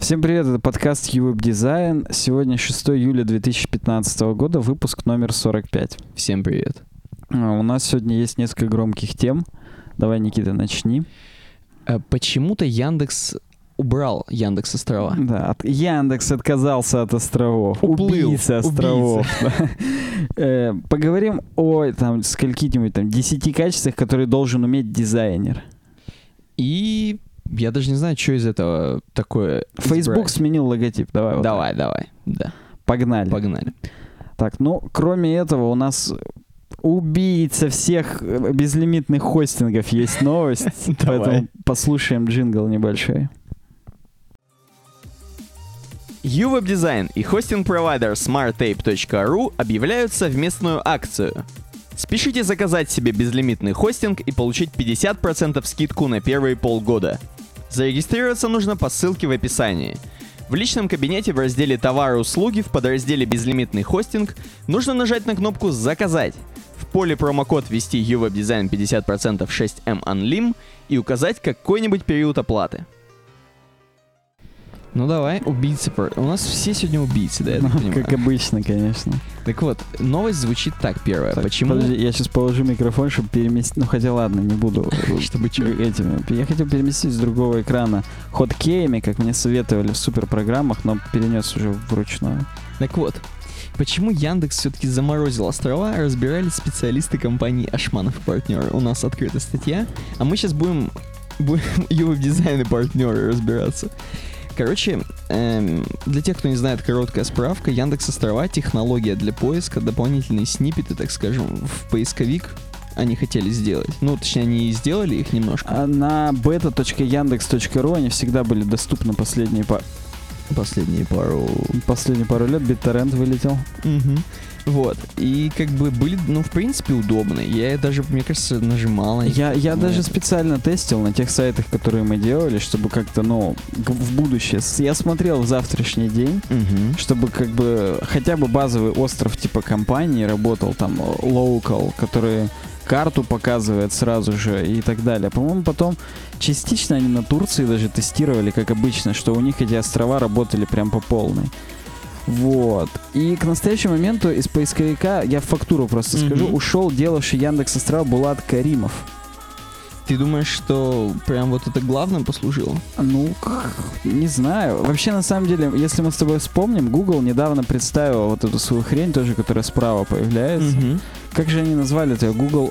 Всем привет, это подкаст YouWeb Design. Сегодня 6 июля 2015 года, выпуск номер 45. Всем привет. У нас сегодня есть несколько громких тем. Давай, Никита, начни. Почему-то Яндекс убрал Яндекс острова. Да, Яндекс отказался от островов. Уплыл. Убийца островов. Поговорим о скольки-нибудь 10 качествах, которые должен уметь дизайнер. И я даже не знаю, что из этого такое. Facebook сменил логотип. Давай. Давай. Да. Погнали. Так, кроме этого у нас убийца всех безлимитных хостингов есть новость. Поэтому послушаем джингл небольшой. YouWeb Design и хостинг-провайдер smarttape.ru объявляют совместную акцию. Спешите заказать себе безлимитный хостинг и получить 50% скидку на первые полгода. Зарегистрироваться нужно по ссылке в описании. В личном кабинете в разделе «Товары и услуги» в подразделе «Безлимитный хостинг» нужно нажать на кнопку «Заказать». В поле промокод ввести YouWeb Design 50% 6M Unlim и указать какой-нибудь период оплаты. Ну давай, убийцы. У нас все сегодня убийцы, да, я так понимаю? Как обычно, конечно. Так вот, новость звучит так, первая. Так, почему? Подожди, я сейчас положу микрофон, чтобы переместить. Хотя ладно, не буду. Чтобы что? Я хотел переместить с другого экрана хоткеями, как мне советовали в суперпрограммах, но перенес уже вручную. Так вот, почему Яндекс все-таки заморозил острова, разбирались специалисты компании Ашманов и партнеры. У нас открыта статья, а мы сейчас будем YouWeb Design и партнеры разбираться. Короче, для тех, кто не знает, короткая справка. Яндекс острова — технология для поиска, дополнительные сниппеты, так скажем, в поисковик они хотели сделать. Ну, точнее, они и сделали их немножко. А на beta.yandex.ru они всегда были доступны последние пару лет. BitTorrent вылетел. Угу. Вот. И как бы были, в принципе, удобные. Я даже, мне кажется, нажимал на них. Я даже специально тестил на тех сайтах, которые мы делали, чтобы как-то, в будущее. Я смотрел в завтрашний день, чтобы как бы хотя бы базовый остров типа компании работал, там, local, который карту показывает сразу же и так далее. По-моему, потом частично они на Турции даже тестировали, как обычно, что у них эти острова работали прям по полной. Вот. И к настоящему моменту из поисковика, я фактуру просто скажу, ушел делавший Яндекс острова Булат Каримов. Ты думаешь, что прям вот это главным послужило? Не знаю. Вообще, на самом деле, если мы с тобой вспомним, Google недавно представил вот эту свою хрень тоже, которая справа появляется. Как же они назвали это? Google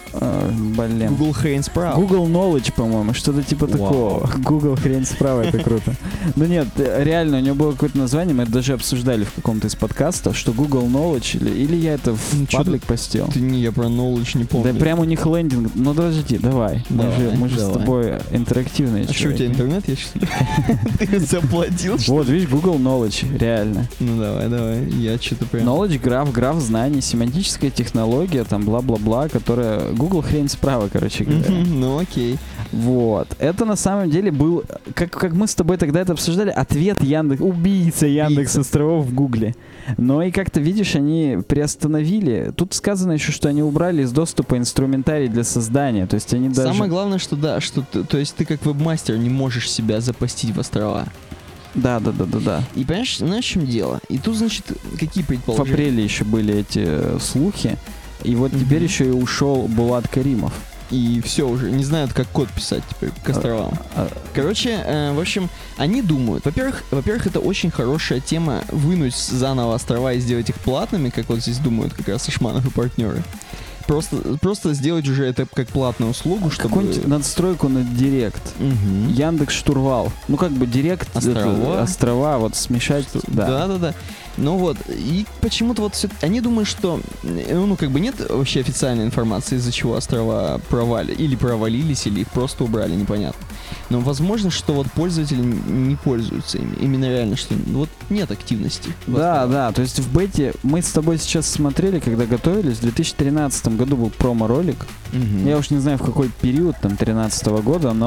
хрень справа. Google Knowledge, по-моему, что-то типа такого. Google хрень справа, это круто. Ну нет, реально, у него было какое-то название, мы это даже обсуждали в каком-то из подкастов, что Google Knowledge, или я это в паблик постил. Я про Knowledge не помню. Да прям у них лендинг. Ну подожди, давай. Мы же с тобой интерактивные человеки. А что, у тебя интернет? Я сейчас... Ты заплатил, что ли? Вот, видишь, Google Knowledge, реально. Ну давай. Я что-то прям... Knowledge, граф знаний, семантическая технология, там, бла-бла-бла, которая... Google хрень справа, короче говоря. Ну окей. Вот. Это на самом деле был, как мы с тобой тогда это обсуждали, ответ убийца Яндекс островов в Гугле. Но и как-то, видишь, они приостановили. Тут сказано еще, что они убрали из доступа инструментарий для создания. То есть они даже... Самое главное, что то есть ты как веб-мастер не можешь себя запостить в острова. Да. И понимаешь, знаешь, в чем дело? И тут, значит, какие предположения? В апреле еще были эти слухи. И вот теперь еще и ушел Булат Каримов. И все уже, не знают, как код писать теперь к островам. Короче, в общем, они думают. Во-первых, это очень хорошая тема вынуть заново острова и сделать их платными, как вот здесь думают как раз Ашманов и партнеры. Просто сделать уже это как платную услугу, чтобы... Какую-нибудь надстройку на Директ. Яндекс Штурвал. Директ, острова вот смешать. Да. Ну вот, и почему-то вот все... Они думают, что... нет вообще официальной информации, из-за чего острова провалились, или их просто убрали, непонятно. Но возможно, что вот пользователи не пользуются ими. Именно реально, что нет активности. Да, то есть в бете мы с тобой сейчас смотрели, когда готовились, в 2013 году был промо-ролик. Я уж не знаю, в какой период, 2013 года, но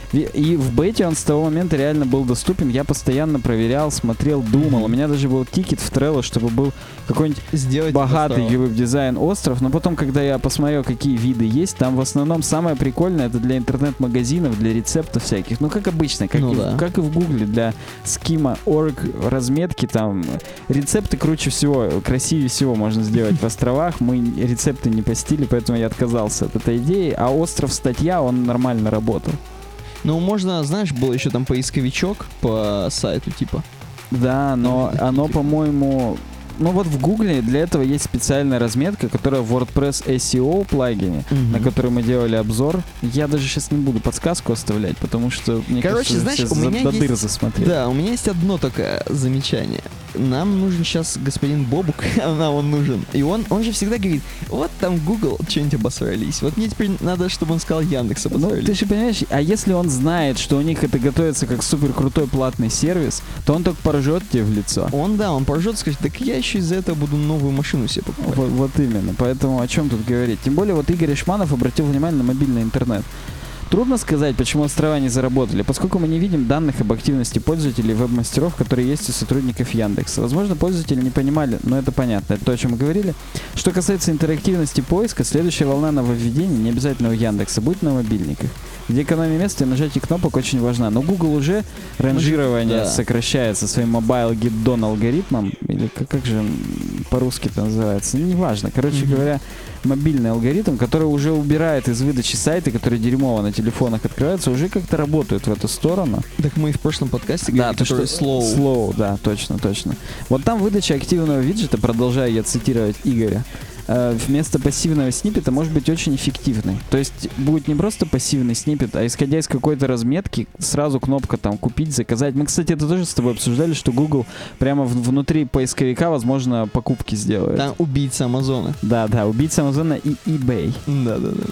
И в бете он с того момента реально был доступен. Я постоянно проверял, смотрел, думал. У меня даже был тикет в Trello, чтобы был какой-нибудь сделать богатый UI-дизайн остров. Но потом, когда я посмотрел, какие виды есть, там в основном самое прикольное это для интернет-магазинов, для рецептов всяких. Ну, как обычно, как и в Гугле, для Schema.org разметки, там рецепты круче всего, красивее всего можно сделать в островах. Мы рецепты не постили, поэтому я отказался от этой идеи. А остров статья, он нормально работал. Ну, можно, знаешь, был еще там поисковичок по сайту, типа. Да, но оно, по-моему... Ну вот в Гугле для этого есть специальная разметка, которая в WordPress SEO плагине, на который мы делали обзор. Я даже сейчас не буду подсказку оставлять, потому что, мне кажется, знаешь, у меня до дыр засмотрел. Да, у меня есть одно только замечание. Нам нужен сейчас господин Бобук, нам он нужен. И он же всегда говорит, вот там Google что-нибудь обосрались. Вот мне теперь надо, чтобы он сказал Яндекс обосрались. Ну, ты же понимаешь, а если он знает, что у них это готовится как супер крутой платный сервис, то он только поржет тебе в лицо. Он поржет и скажет, так я еще из-за этого буду новую машину себе покупать. Вот именно, поэтому о чем тут говорить. Тем более вот Игорь Шманов обратил внимание на мобильный интернет. Трудно сказать, почему острова не заработали, поскольку мы не видим данных об активности пользователей и веб-мастеров, которые есть у сотрудников Яндекса. Возможно, пользователи не понимали, но это понятно, это то, о чем мы говорили. Что касается интерактивности поиска, следующая волна нововведений, не обязательно у Яндекса, будет на мобильниках, где экономия места и нажатие кнопок очень важна. Но Google уже ранжирование сокращается своим Mobile Get Done алгоритмом, или как же по-русски это называется, неважно. Короче говоря, мобильный алгоритм, который уже убирает из выдачи сайты, которые дерьмово на телефонах открываются, уже как-то работают в эту сторону. Так мы и в прошлом подкасте говорили, да, который slow. Slow, да, точно. Вот там выдача активного виджета, продолжаю я цитировать Игоря, вместо пассивного сниппета может быть очень эффективной. То есть будет не просто пассивный сниппет, а исходя из какой-то разметки, сразу кнопка там «Купить», «Заказать». Мы, кстати, это тоже с тобой обсуждали, что Google прямо внутри поисковика, возможно, покупки сделает. Там убийца Амазона. Да, убийца Амазона и eBay. Да.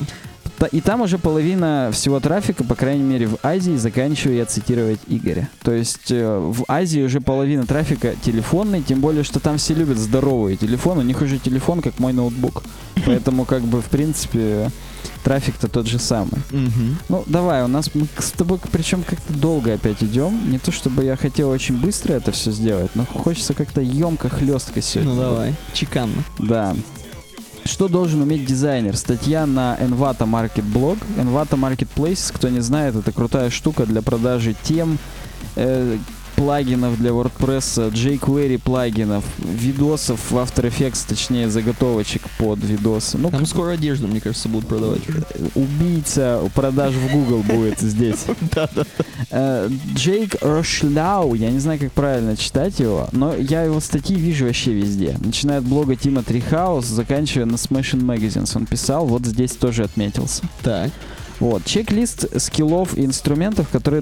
И там уже половина всего трафика, по крайней мере, в Азии, заканчиваю я цитировать Игоря. То есть в Азии уже половина трафика телефонный, тем более, что там все любят здоровые телефоны. У них уже телефон, как мой ноутбук. Поэтому, как бы, в принципе, трафик-то тот же самый. Ну, давай, мы с тобой, причем как-то долго опять идем. Не то, чтобы я хотел очень быстро это все сделать, но хочется как-то емко, хлестко сегодня. Ну, давай, чеканно. Да. Что должен уметь дизайнер? Статья на Envato Market Blog. Envato Marketplace, кто не знает, это крутая штука для продажи тем, плагинов для WordPress, jQuery плагинов, видосов в After Effects, точнее заготовочек под видосы. Ну, там скоро одежду, мне кажется, будут продавать. Убийца продаж в Google будет здесь. Джейк Рошляу, я не знаю, как правильно читать его, но я его статьи вижу вообще везде. Начиная от блога Тима Трихаус, заканчивая на Smashing Magazines. Он писал, вот здесь тоже отметился. Так. Вот, чек-лист скиллов и инструментов, которыми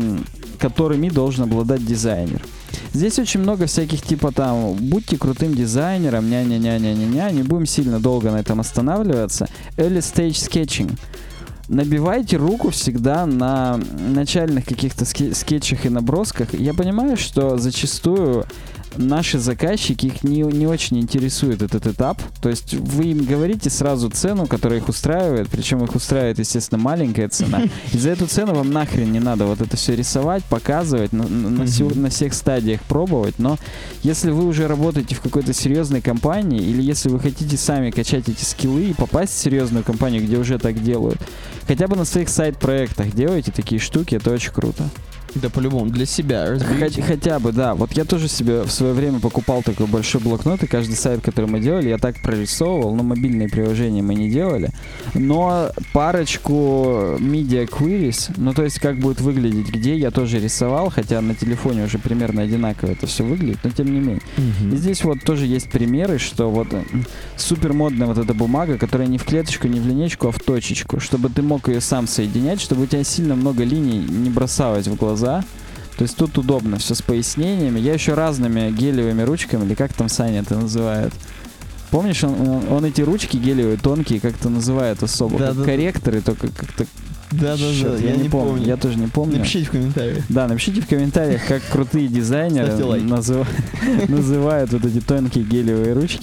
должен обладать дизайнер. Здесь очень много всяких типа там «Будьте крутым дизайнером», ня-ня-ня-ня-ня-ня, не будем сильно долго на этом останавливаться. Early stage sketching. Набивайте руку всегда на начальных каких-то скетчах и набросках. Я понимаю, что зачастую наши заказчики, их не очень интересует этот этап. То есть вы им говорите сразу цену, которая их устраивает, причем их устраивает, естественно, маленькая цена. И за эту цену вам нахрен не надо вот это все рисовать, показывать, на всех стадиях пробовать. Но если вы уже работаете в какой-то серьезной компании, или если вы хотите сами качать эти скиллы и попасть в серьезную компанию, где уже так делают, хотя бы на своих сайт-проектах делайте такие штуки, это очень круто. Да, по-любому, для себя. Хотя бы, да. Вот я тоже себе в свое время покупал такой большой блокнот, и каждый сайт, который мы делали, я так прорисовывал, но мобильные приложения мы не делали. Но парочку media queries, ну то есть как будет выглядеть где, я тоже рисовал, хотя на телефоне уже примерно одинаково это все выглядит, но тем не менее. И здесь вот тоже есть примеры, что вот супер модная вот эта бумага, которая не в клеточку, не в линейку, а в точечку, чтобы ты мог ее сам соединять, чтобы у тебя сильно много линий не бросалось в глаза. То есть тут удобно, все с пояснениями. Я еще разными гелевыми ручками, или как там Саня это называет. Помнишь, он эти ручки гелевые, тонкие, как-то называет особо. Да, как корректоры, только как-то... Да, я не помню. Я тоже не помню. Напишите в комментариях. Да, напишите в комментариях, как крутые дизайнеры называют вот эти тонкие гелевые ручки.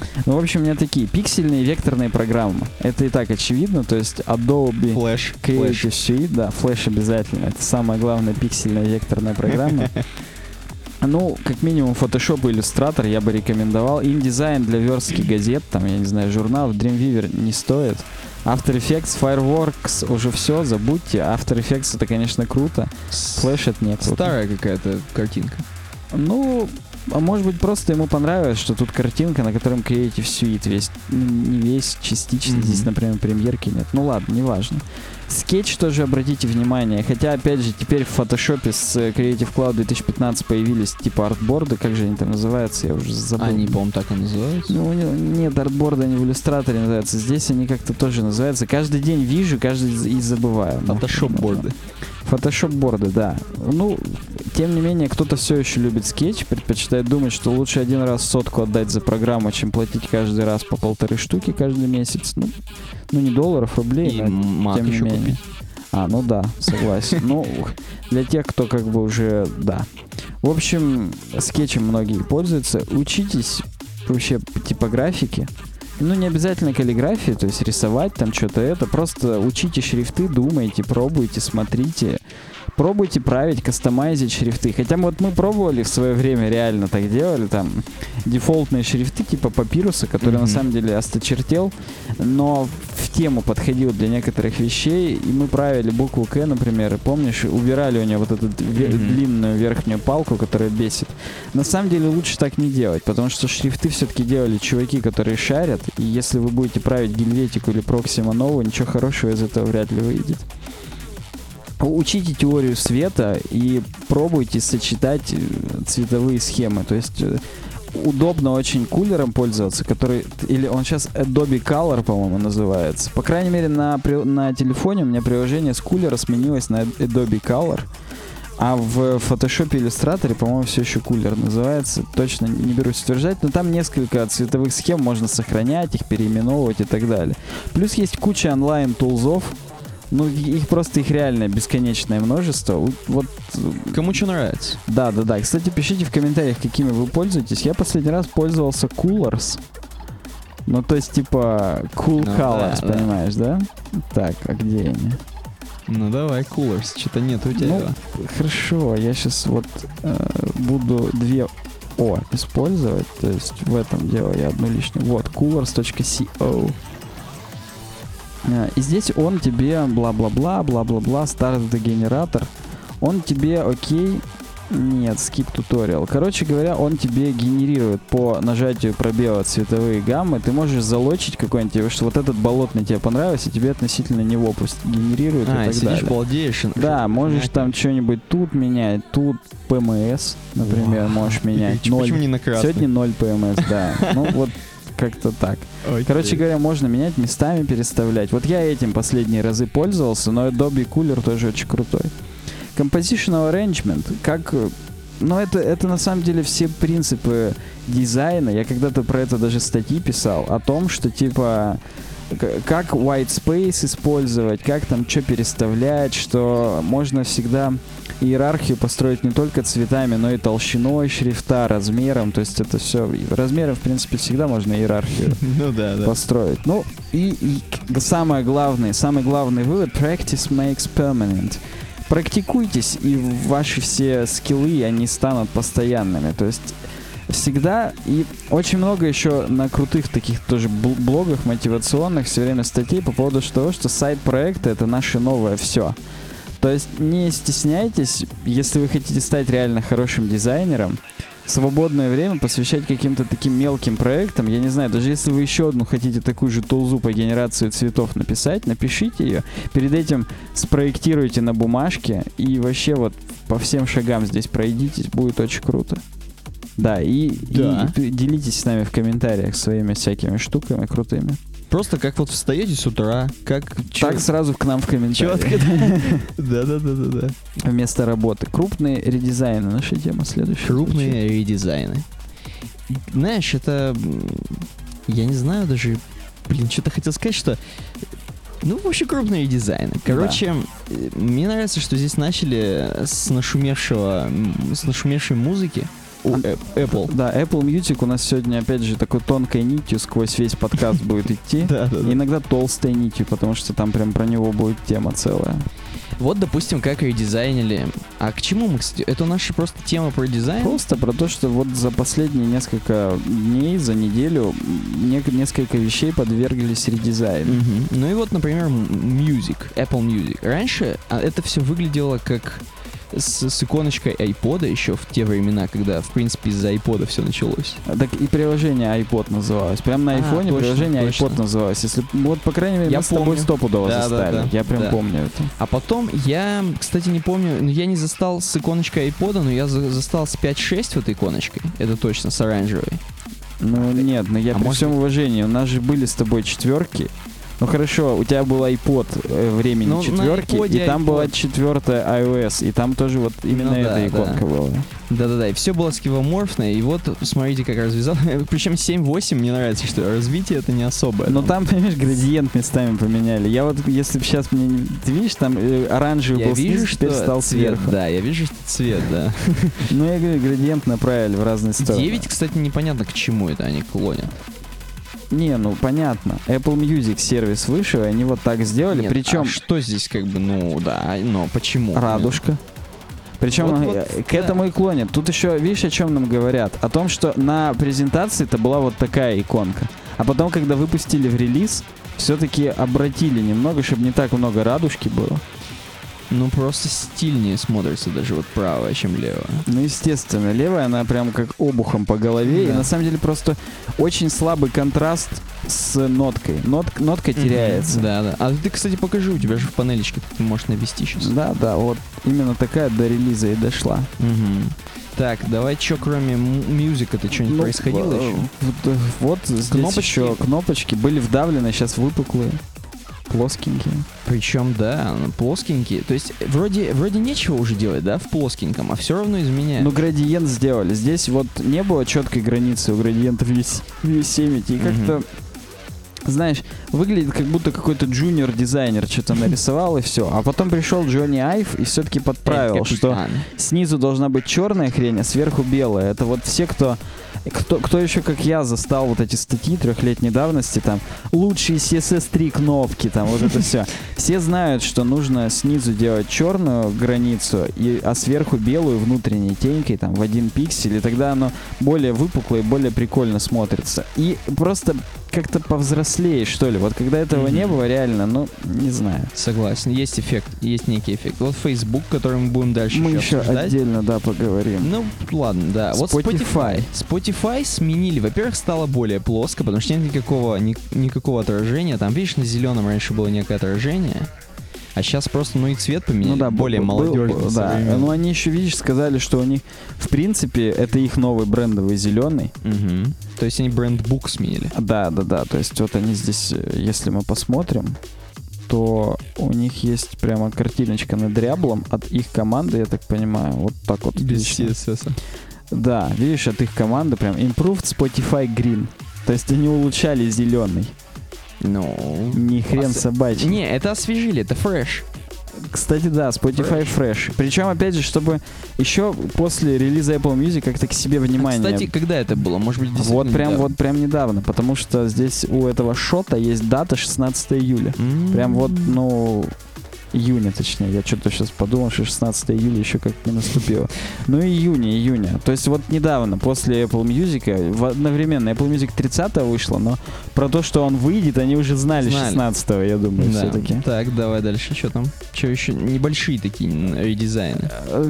Ну, в общем, у меня такие пиксельные векторные программы. Это и так очевидно, то есть Adobe Flash. Creative Suite, да, Flash обязательно. Это самая главная пиксельная векторная программа. Ну, как минимум, Photoshop и Illustrator я бы рекомендовал. InDesign для верстки газет, там, я не знаю, журналов, Dreamweaver не стоит. After Effects, Fireworks, уже все, забудьте. After Effects это, конечно, круто. Flash это не круто. Старая какая-то картинка. Ну, а может быть, просто ему понравилось, что тут картинка, на котором Creative Suite весь, не весь, частично. Здесь, например, премьерки нет. Ну ладно, неважно. Sketch тоже обратите внимание. Хотя, опять же, теперь в Photoshop с Creative Cloud 2015 появились типа артборды. Как же они там называются? Я уже забыл. Они, по-моему, так и называются. Ну, нет, артборды они в иллюстраторе называются. Здесь они как-то тоже называются. Каждый день вижу, каждый и забываю. Photoshop-борды. Photoshop-борды, да. Ну, тем не менее, кто-то все еще любит Sketch, предпочитает думать, что лучше один раз сотку отдать за программу, чем платить каждый раз по 1,5 штуки каждый месяц. Ну не долларов, рублей, и но тем не менее. Купить. Ну да, согласен. Ну, для тех, кто как бы уже, да. В общем, скетчем многие пользуются. Учитесь вообще типографике. Ну, не обязательно каллиграфии, то есть рисовать там что-то это. Просто учите шрифты, думайте, пробуйте, смотрите. Пробуйте править, кастомайзить шрифты. Хотя мы пробовали в свое время, реально так делали, там, дефолтные шрифты типа папируса, который на самом деле осточертел, но в тему подходил для некоторых вещей, и мы правили букву К, например, и помнишь, убирали у него вот эту длинную верхнюю палку, которая бесит. На самом деле лучше так не делать, потому что шрифты все-таки делали чуваки, которые шарят, и если вы будете править Гельветику или Proxima Nova, ничего хорошего из этого вряд ли выйдет. Учите теорию света и пробуйте сочетать цветовые схемы. То есть удобно очень кулером пользоваться, который, или он сейчас Adobe Color, по-моему, называется. По крайней мере, на телефоне у меня приложение с кулера сменилось на Adobe Color. А в Photoshop и Illustrator, по-моему, все еще кулер называется. Точно не берусь утверждать, но там несколько цветовых схем можно сохранять, их переименовывать и так далее. Плюс есть куча онлайн-тулзов. Ну, их реально бесконечное множество. Вот. Кому что нравится. Да. Кстати, пишите в комментариях, какими вы пользуетесь. Я последний раз пользовался Coolors. Ну, то есть, типа, Cool Colors, понимаешь, да? Так, а где они? Ну, давай, Coolors. Что-то нет у тебя. Хорошо, я сейчас вот буду две использовать. То есть, в этом дело я одну лишнюю. Вот, coolors.co. И здесь он тебе бла-бла-бла, старт-генератор. Он тебе, окей, нет, skip tutorial. Короче говоря, он тебе генерирует по нажатию пробела цветовые гаммы. Ты можешь залочить какой-нибудь, что вот этот болотный тебе понравился, и тебе относительно него пусть генерирует и так далее. Балдеешь. Да, можешь там что-нибудь тут менять, тут PMS, например, можешь менять. Почему не на красный? Сегодня 0 PMS, да. Ну вот как-то так. Короче говоря, можно менять, местами переставлять. Вот я этим последние разы пользовался, но Adobe Cooler тоже очень крутой. Compositional Arrangement, это на самом деле все принципы дизайна. Я когда-то про это даже статьи писал, о том, что типа как white space использовать, как там что переставлять, что можно всегда иерархию построить не только цветами, но и толщиной шрифта, размером. То есть это все размером, в принципе, всегда можно иерархию построить. Ну и самый главный вывод: practice makes permanent. Практикуйтесь, и ваши все скиллы, они станут постоянными. То есть всегда, и очень много еще на крутых таких тоже блогах мотивационных все время статей по поводу того, что сайт-проекты — это наше новое все. То есть не стесняйтесь, если вы хотите стать реально хорошим дизайнером, свободное время посвящать каким-то таким мелким проектам. Я не знаю, даже если вы еще одну хотите такую же тулзу по генерации цветов написать, напишите ее. Перед этим спроектируйте на бумажке и вообще вот по всем шагам здесь пройдитесь, будет очень круто. Да, и делитесь с нами в комментариях своими всякими штуками крутыми. Просто как вот встаете с утра, так сразу к нам в комментариях. Да. Вместо работы. Крупные редизайны. Наша тема следующая. Крупные редизайны. Знаешь, это... Я не знаю даже... что-то хотел сказать, что... вообще крупные дизайны. Короче, мне нравится, что здесь начали с нашумевшей музыки. у Apple. Да, Apple Music у нас сегодня, опять же, такой тонкой нитью сквозь весь подкаст будет идти. Иногда толстой нитью, потому что там прям про него будет тема целая. Вот, допустим, как редизайнили. А к чему мы, кстати? Это наша просто тема про дизайн? Просто про то, что вот за последние несколько дней, за неделю несколько вещей подверглись редизайну. Ну и вот, например, Apple Music. Раньше это все выглядело как с иконочкой iPod'а еще в те времена, когда, в принципе, из-за iPod'а все началось. Так и приложение iPod называлось. Прям на айфоне приложение iPod называлось. Если, вот, по крайней мере, мы с тобой стопудово застали. Да, я прям помню это. А потом я, кстати, не помню, я не застал с иконочкой iPod'а, но я застал с 5.6 вот иконочкой. Это точно, с оранжевой. Ну нет, но я при всем уважении, у нас же были с тобой четверки. Ну хорошо, у тебя был iPod времени четверки, и там была 4-я iOS, и там тоже вот именно эта иконка была. Да-да-да, и все было скивоморфно, и вот смотрите, как развязал. Причем 7.8 мне нравится, что развитие это не особое. Но там, понимаешь, градиент местами поменяли. Я вот, если бы сейчас мне... Ты видишь, там оранжевый был снизу, теперь стал сверху. Да, я вижу, что цвет, да. Ну, я говорю, градиент направили в разные стороны. 9, кстати, непонятно, к чему это они клонят. Не, ну понятно. Apple Music сервис вышел, и они вот так сделали. Нет, причем... А что здесь как бы, ну да, но почему? Радужка. Причем к этому и клонят. Тут еще, видишь, о чем нам говорят? О том, что на презентации это была вот такая иконка. А потом, когда выпустили в релиз, все-таки обратили немного, чтобы не так много радужки было. Ну, просто стильнее смотрится даже вот правая, чем левая. Ну, естественно, левая, она прям как обухом по голове. Да. И на самом деле просто очень слабый контраст с ноткой. Нотка теряется. Да. А ты, кстати, покажи, у тебя же в панелечке ты можешь навести сейчас. Да, вот именно такая до релиза и дошла. Так, давай, что кроме музыки-то что-нибудь происходило еще? Вот здесь еще кнопочки были вдавлены, сейчас выпуклые. Плоскенькие. Причем, да, плоскенькие. То есть, вроде нечего уже делать, да, в плоскеньком, а все равно изменяют. Ну, градиент сделали. Здесь вот не было четкой границы у градиента в Yosemite. И как-то, знаешь, выглядит как будто какой-то джуниор-дизайнер что-то нарисовал и все. А потом пришел Джонни Айв и все-таки подправил, что снизу должна быть черная хрень, а сверху белая. Это вот все, кто еще, как я, застал вот эти статьи 3-летней давности, там, лучшие CSS3 кнопки, там, вот это все. Все знают, что нужно снизу делать черную границу, а сверху белую внутренней тенькой, там, в 1 пиксель, и тогда оно более выпуклое и более прикольно смотрится. И просто как-то повзрослее, что ли. Вот когда этого не было, реально, ну, не знаю. Согласен, есть эффект, есть некий эффект. Вот Facebook, который мы будем дальше еще обсуждать. Отдельно, да, поговорим. Ну, ладно, да. Вот Spotify сменили. Во-первых, стало более плоско, потому что нет никакого отражения. Там, видишь, на зеленом раньше было некое отражение. А сейчас просто, и цвет поменяли, да, более молодежный. Да, но они еще, видишь, сказали, что у них, в принципе, это их новый брендовый зеленый. То есть они брендбук сменили. Да. То есть вот они здесь, если мы посмотрим, то у них есть прямо картиночка над ряблом от их команды, я так понимаю, вот так вот. Без CSS. Да, видишь, от их команды прям Improved Spotify Green. То есть они улучшали зеленый. Ну... Ни хрен собачий. Не, это освежили, это фреш. Кстати, да, Spotify Fresh. Причем, опять же, чтобы еще после релиза Apple Music как-то к себе внимание... Кстати, когда это было? Может быть, действительно вот прям недавно, потому что здесь у этого шота есть дата 16 июля. Прям вот, июня, точнее. Я что-то сейчас подумал, что 16 июля еще как не наступило. Июня. То есть вот недавно, после Apple Music, одновременно Apple Music 30-го вышло, но про то, что он выйдет, они уже знали 16-го, я думаю, все-таки. Так, давай дальше, что там? Что еще? Небольшие такие редизайны.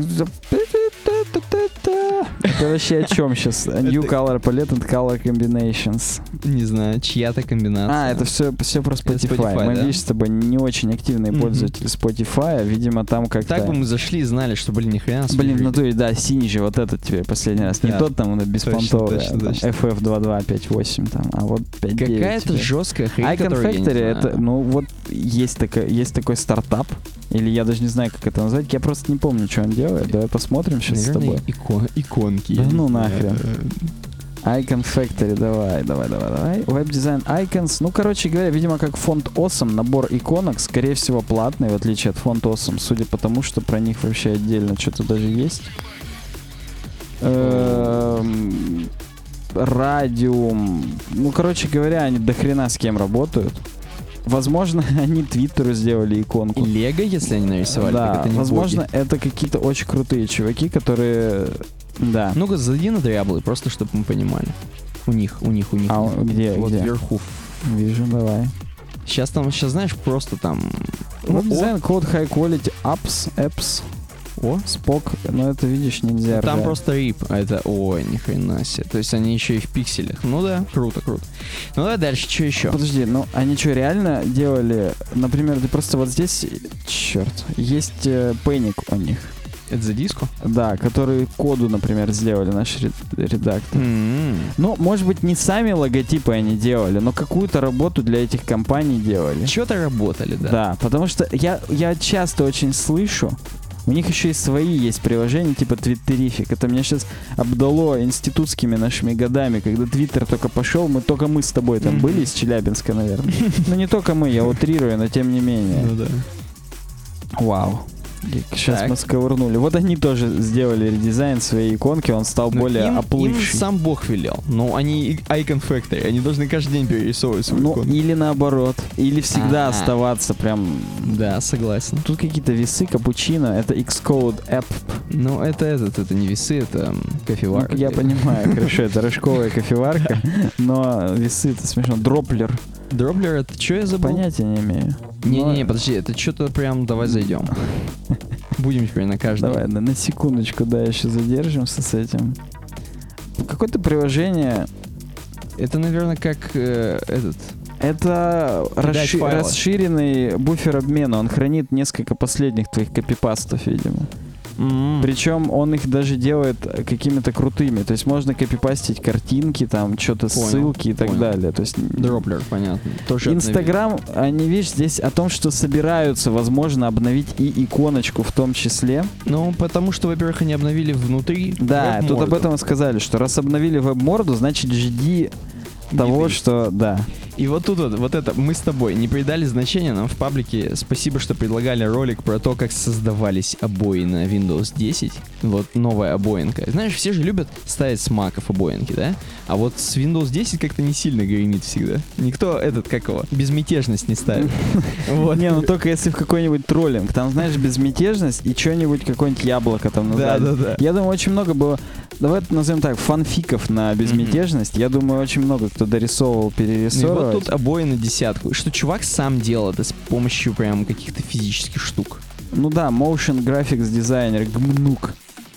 Это вообще о чем сейчас? New Color Palette and Color Combinations. Не знаю, чья-то комбинация. Это все про Spotify. Мы, видишь, с тобой не очень активные пользователи Spotify. Видимо, там как-то... Так бы мы зашли и знали, что, ни хрена. В натуре, да, синий же, вот этот тебе последний раз. Не тот там, беспонтовый, FF2258 там, а вот 5.9. Какая-то жесткая хрень, Icon Factory, это, есть такой стартап, или я даже не знаю, как это назвать, я просто не помню, что он делает. Давай посмотрим сейчас с тобой. Иконки. Да ну нахрен. Icon Factory, давай. Web Design Icons. Короче говоря, видимо, как фонд Awesome, набор иконок, скорее всего, платный, в отличие от фонда Awesome, судя по тому, что про них вообще отдельно что-то даже есть. Радиум. Ну, короче говоря, они до хрена с кем работают. Возможно, они Твиттеру сделали иконку. Лего, если они нарисовали, да, так это не возможно, боги. это какие-то очень крутые чуваки, которые... Да. Ну-ка, зайди на Дриаблы, просто чтобы мы понимали. У них. А где? Вот где? вверху. Вижу, давай. Сейчас знаешь, просто там... Дизайн, код, high quality, apps. О, Спок, но это, видишь, нельзя. там да. просто RIP, а это, ой, ни хрена себе. То есть они еще и в пикселях. Ну да, круто. Ну давай дальше, что еще? Подожди, ну они что, реально делали, например, ты просто вот здесь, черт, есть пэник у них. Это за диску? Да, который коду, например, сделали наш редактор. Ну, может быть, не сами логотипы они делали, но какую-то работу для этих компаний делали. Что-то работали, да. Да, потому что я часто очень слышу, у них еще и свои есть приложения, типа Twitterific. Это меня сейчас обдало институтскими нашими годами, когда Твиттер только пошел, только мы с тобой там были, из Челябинска, наверное. Ну, не только мы, я утрирую, но тем не менее. Ну да. Вау. Сейчас Так. мы сковырнули. Вот они тоже сделали редизайн своей иконки, он стал более Им оплывший. сам Бог велел. Ну, они Icon Factory, они должны каждый день перерисовывать свою Ну, икону. или наоборот. Или всегда оставаться прям... Да, согласен. Тут какие-то весы, капучино, это Xcode App. Ну, это не весы, это кофеварка. Ну, я понимаю, хорошо, это рожковая кофеварка, но весы, это смешно. Дроплер. Дроблер, это что я забыл? Понятия не имею. Не-не-не, подожди, это что-то прям, давай зайдем. Будем теперь на каждом. Давай, на секундочку, да, еще задержимся с этим. Какое-то приложение... Это, наверное, как этот... Это файлы. расширенный буфер обмена. Он хранит несколько последних твоих копипастов, видимо. Причем он их даже делает какими-то крутыми. То есть можно копипастить картинки, там, что-то, ссылки и так далее. То есть... Дроплер, понятно. Тоже Инстаграм, они, видишь, здесь о том, что собираются, возможно, обновить и иконочку в том числе. Ну, потому что, во-первых, они обновили внутри Да, тут веб-морду. об этом и сказали, что раз обновили веб-морду, значит, жди того, что... Да. И вот тут вот это, мы с тобой не придали значения нам в паблике. Спасибо, что предлагали ролик про то, как создавались обои на Windows 10. Вот новая обоинка. Знаешь, все же любят ставить с маков обоинки, да? А вот с Windows 10 как-то не сильно гремит всегда. Никто безмятежность не ставит. Вот. Не, ну только если в какой-нибудь троллинг. Там, знаешь, безмятежность и что-нибудь, какое-нибудь яблоко там назвали. Да. Я думаю, очень много было... Давай это назовем так, фанфиков на безмятежность. Я думаю, очень много кто дорисовывал, перерисовывал. И вот тут обои на 10. Что чувак сам делал это с помощью прям каких-то физических штук. Ну да, Motion Graphics Designer, ГМНУК.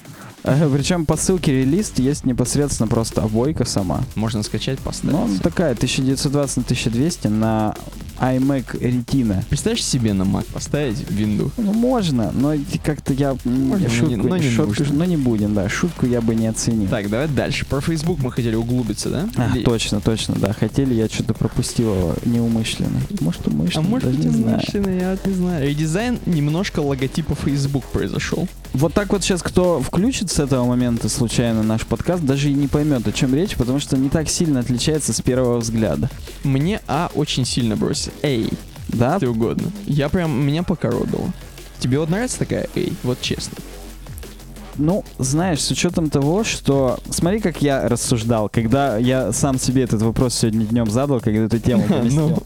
Причем по ссылке релиз есть непосредственно просто обойка сама. Можно скачать, поставить. Ну, она такая, 1920 на 1200 на iMac Retina. Представляешь себе на Mac поставить винду? Ну, можно, но как-то я... Можно, шутку, но не шутку, нужно. но не будем, да. Шутку я бы не оценил. Так, давай дальше. Про Facebook мы хотели углубиться, да? А, Или- точно, да. Хотели, я что-то пропустил его неумышленно. Может, умышленно, А может даже быть, не знаю. умышленно, я вот не знаю. Редизайн немножко логотипа Facebook произошел. Вот так вот сейчас, кто включит с этого момента случайно наш подкаст, даже и не поймет, о чем речь, потому что не так сильно отличается с первого взгляда. Мне очень сильно бросит. Эй, Да? если угодно. Меня покоробило. Тебе вот нравится такая эй? Вот честно. Ну, знаешь, с учетом того, что... Смотри, как я рассуждал, когда я сам себе этот вопрос сегодня днем задал, когда эту тему поместил.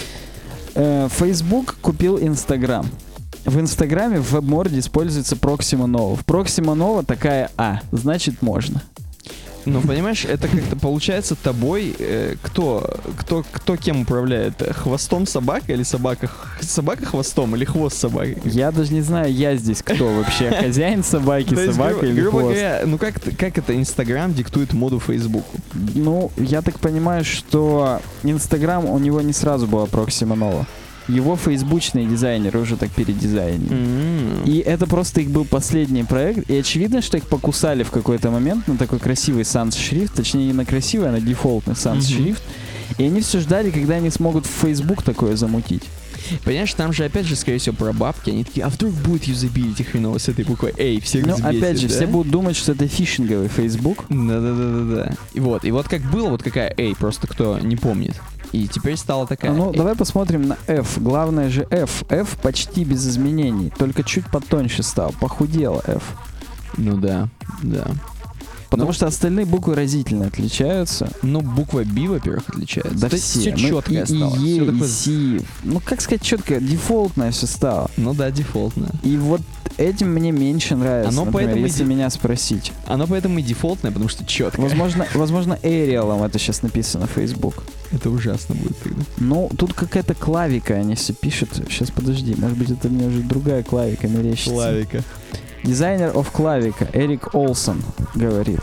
Facebook купил Instagram. В Инстаграме в веб-морде используется Proxima Nova. В Proxima Nova такая значит можно. Ну, понимаешь, это как-то получается тобой, кто кем управляет? Хвостом собака или собака хвостом или хвост собаки? Я даже не знаю, я здесь кто вообще, хозяин собаки, То есть, собака или грубо хвост. говоря, ну как это Инстаграм диктует моду Фейсбуку? Ну, я так понимаю, что Инстаграм, у него не сразу была Proxima Nova. Его фейсбучные дизайнеры уже так передизайнили. И это просто их был последний проект. И очевидно, что их покусали в какой-то момент на такой красивый sans-шрифт. Точнее, не на красивый, а на дефолтный sans-шрифт. И они все ждали, когда они смогут в Facebook такое замутить. Понимаешь, там же опять же, скорее всего, про бабки. Они такие, а вдруг будет юзабилити хреново с этой буквой эй, всех Ну, взбесит, опять же, да? все будут думать, что это фишинговый Facebook. Да. И вот как было, вот какая эй, просто кто не помнит. И теперь стала такая. Ну, давай посмотрим на F. Главное же F. F почти без изменений. Только чуть потоньше стал. Похудела F. Ну да. Потому что остальные буквы разительно отличаются. Ну, буква B, во-первых, отличается. Да То все. есть все четкое стало. И Всё Е, такое- и Си. Ну, как сказать, четко, дефолтное все стало. Ну да, дефолтное. И вот этим мне меньше нравится, Оно например, поэтому если меня спросить. Оно поэтому и дефолтное, потому что четкое. Возможно, Эриалом это сейчас написано в Facebook. Это ужасно будет тогда. Ну, тут какая-то клавика, они все пишут. Сейчас, подожди, может быть, это мне уже другая клавика мерещится. Дизайнер of клавика Эрик Олсон говорит.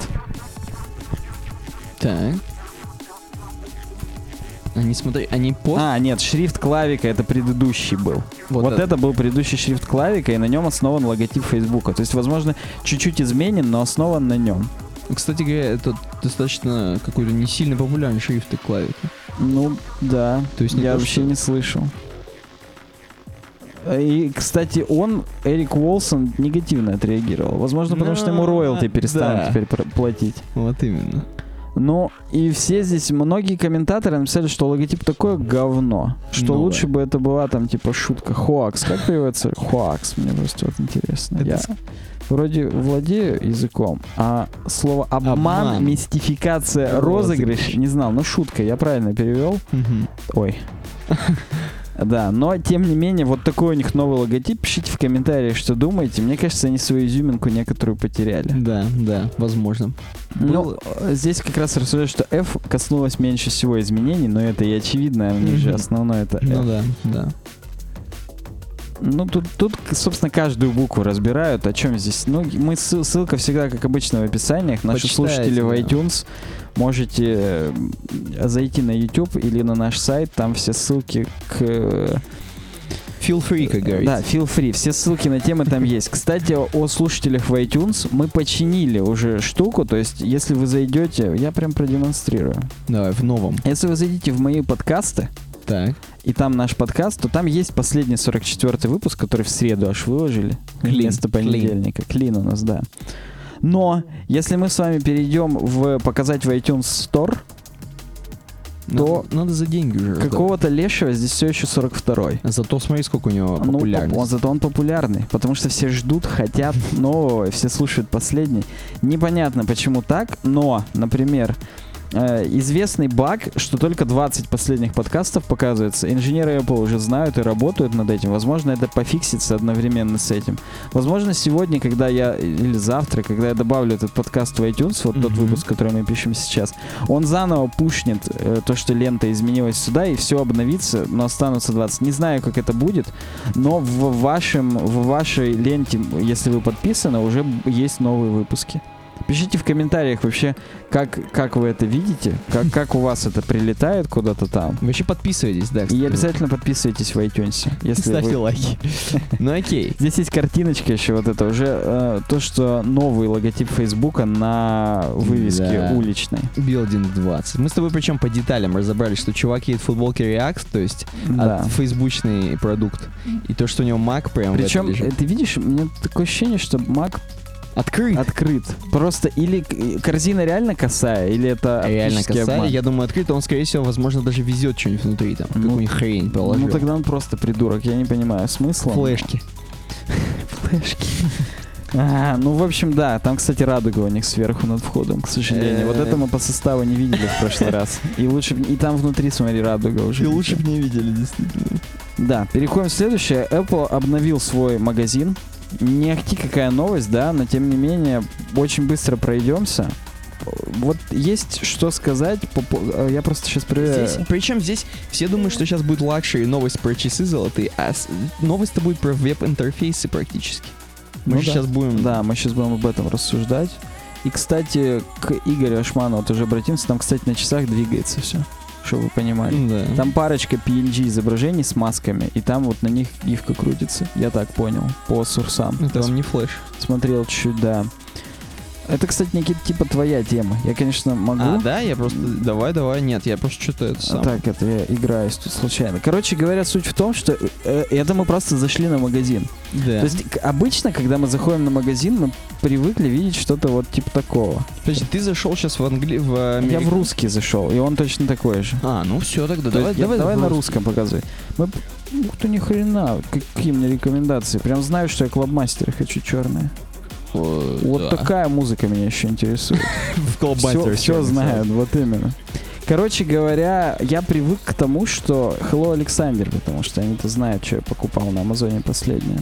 Так. Они Нет, шрифт клавика это предыдущий был. Вот это был предыдущий шрифт клавика, и на нем основан логотип Фейсбука. То есть, возможно, чуть-чуть изменен, но основан на нем. Кстати говоря, это достаточно какой-то не сильно популярный шрифт и клавика. Ну, да. То есть я вообще не слышал. И, кстати, Эрик Уолсон, негативно отреагировал. Возможно, потому что ему роялти перестанут теперь платить. Вот именно. Ну, и все здесь, многие комментаторы написали, что логотип такое говно, что лучше бы это была там типа шутка. Хоакс. Как переводится? Хоакс. Мне просто вот интересно. Я вроде владею языком, а слово обман, мистификация, розыгрыш не знал. Ну, шутка, я правильно перевел. Ой. Да, но тем не менее, вот такой у них новый логотип. Пишите в комментариях, что думаете. Мне кажется, они свою изюминку некоторую потеряли. Да, возможно. Ну, здесь как раз рассуждают, что F коснулось меньше всего изменений, но это и очевидно, у них же основное это F. Ну да. Ну, тут, собственно, каждую букву разбирают. О чем здесь? Ну, ссылка всегда, как обычно, в описаниях. Наши слушатели в iTunes можете зайти на YouTube или на наш сайт. Там все ссылки к... Feel free, как говорится. Да, feel free. Все ссылки на темы там есть. Кстати, о слушателях в iTunes мы починили уже штуку. То есть, если вы зайдете... Я прям продемонстрирую. Давай, в новом. Если вы зайдете в мои подкасты, так. И там наш подкаст, то там есть последний 44-й выпуск, который в среду аж выложили. Вместо понедельника. Клин у нас, да. Но, если мы с вами перейдем показать в iTunes Store, то... Надо за деньги уже. Какого-то лешего здесь все еще 42-й. Зато смотри, сколько у него популярности. Зато он популярный, потому что все ждут, хотят нового, все слушают последний. Непонятно, почему так, но, например... известный баг, что только 20 последних подкастов показывается. Инженеры Apple уже знают и работают над этим. Возможно, это пофиксится одновременно с этим. Возможно, сегодня, или завтра, когда я добавлю этот подкаст в iTunes, вот тот выпуск, который мы пишем сейчас, он заново пушнет то, что лента изменилась сюда, и все обновится, но останутся 20. Не знаю, как это будет, но в вашей ленте, если вы подписаны, уже есть новые выпуски. Пишите в комментариях вообще, как вы это видите, как у вас это прилетает куда-то там. Вообще подписывайтесь, да. И обязательно подписывайтесь в iTunes. Ставьте лайки. Ну окей. Здесь есть картиночка еще вот это уже, то, что новый логотип Фейсбука на вывеске уличной. Building 20. Мы с тобой причем по деталям разобрали, что чувак едет в футболке React, то есть фейсбучный продукт. И то, что у него Mac прям причем, ты видишь, у меня такое ощущение, что Mac Открыт. Просто или корзина реально косая, или это реально косая. Обман. Я думаю, открыт, он, скорее всего, возможно, даже везет что-нибудь внутри, там, какую-нибудь хрень положил. Ну, тогда он просто придурок, я не понимаю смысла. Флешки. Ну, в общем, да. Там, кстати, радуга у них сверху над входом, к сожалению. Вот это мы по составу не видели в прошлый раз. И там внутри, смотри, радуга уже. И лучше бы не видели, действительно. Да, переходим в следующее. Apple обновил свой магазин. Не ахти какая новость, да, но тем не менее очень быстро пройдемся. Вот есть что сказать, я просто сейчас проверяю. Причем здесь все думают, что сейчас будет лакшери, новость про часы золотые, а новость-то будет про веб-интерфейсы практически. Мы сейчас будем... Да, мы сейчас будем об этом рассуждать. И, кстати, к Игорю Ашманову тоже обратимся. Там, кстати, на часах двигается все, чтобы вы понимали. Да. Там парочка PNG изображений с масками, и там вот на них гифка крутится. Я так понял, по сурсам. Это вам не флеш. Смотрел чуть-чуть, да. Это, кстати, Никита, типа твоя тема. Я, конечно, могу... А, да? Я просто... Давай. Нет, я просто что-то это сам... Так, это я играюсь тут случайно. Короче говоря, суть в том, что это мы просто зашли на магазин. Да. То есть обычно, когда мы заходим на магазин, мы привыкли видеть что-то вот типа такого. Подожди, ты зашел сейчас в Америку? Я в русский зашел, и он точно такой же. А, ну все, тогда давай на русском показывай. Ух ты, ни хрена, какие мне рекомендации. Прям знаю, что я клабмастера хочу черные. Вот такая музыка меня еще интересует. В колбасе. Все знают, вот именно. Короче говоря, я привык к тому, что Hello Alexander, потому что они-то знают, что я покупал на Амазоне последнее.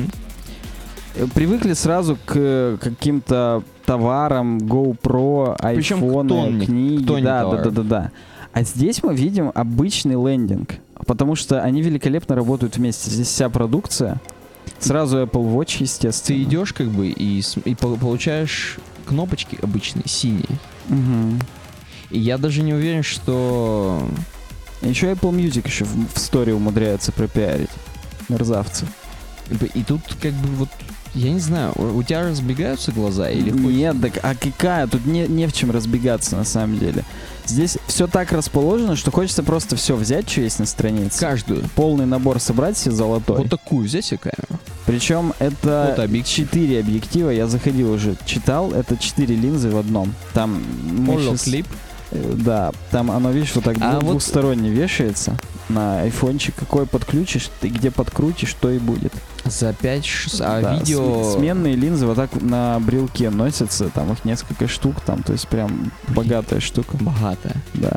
Привыкли сразу к каким-то товарам, GoPro, айфоны, книги. Да. А здесь мы видим обычный лендинг, потому что они великолепно работают вместе. Здесь вся продукция. Сразу Apple Watch, естественно. Ты идешь как бы и получаешь кнопочки обычные, синие. Угу. И я даже не уверен, что... Еще Apple Music еще в story умудряется пропиарить. Мерзавцы. И тут как бы вот... Я не знаю, у тебя разбегаются глаза или... Нет, так а какая? Тут не в чем разбегаться на самом деле. Здесь все так расположено, что хочется просто все взять, что есть на странице. Каждую. Полный набор собрать себе золотой. Вот такую взять себе камеру. Причем это 4 объектива, я заходил уже, читал, это 4 линзы в одном. Там... Клип. Да, там оно, видишь, вот так двухсторонне вешается на айфончик. Какой подключишь, ты где подкрутишь, то и будет. За 5 да, видео... Сменные линзы вот так на брелке носятся, там их несколько штук, там, то есть прям богатая штука. Богатая. Да.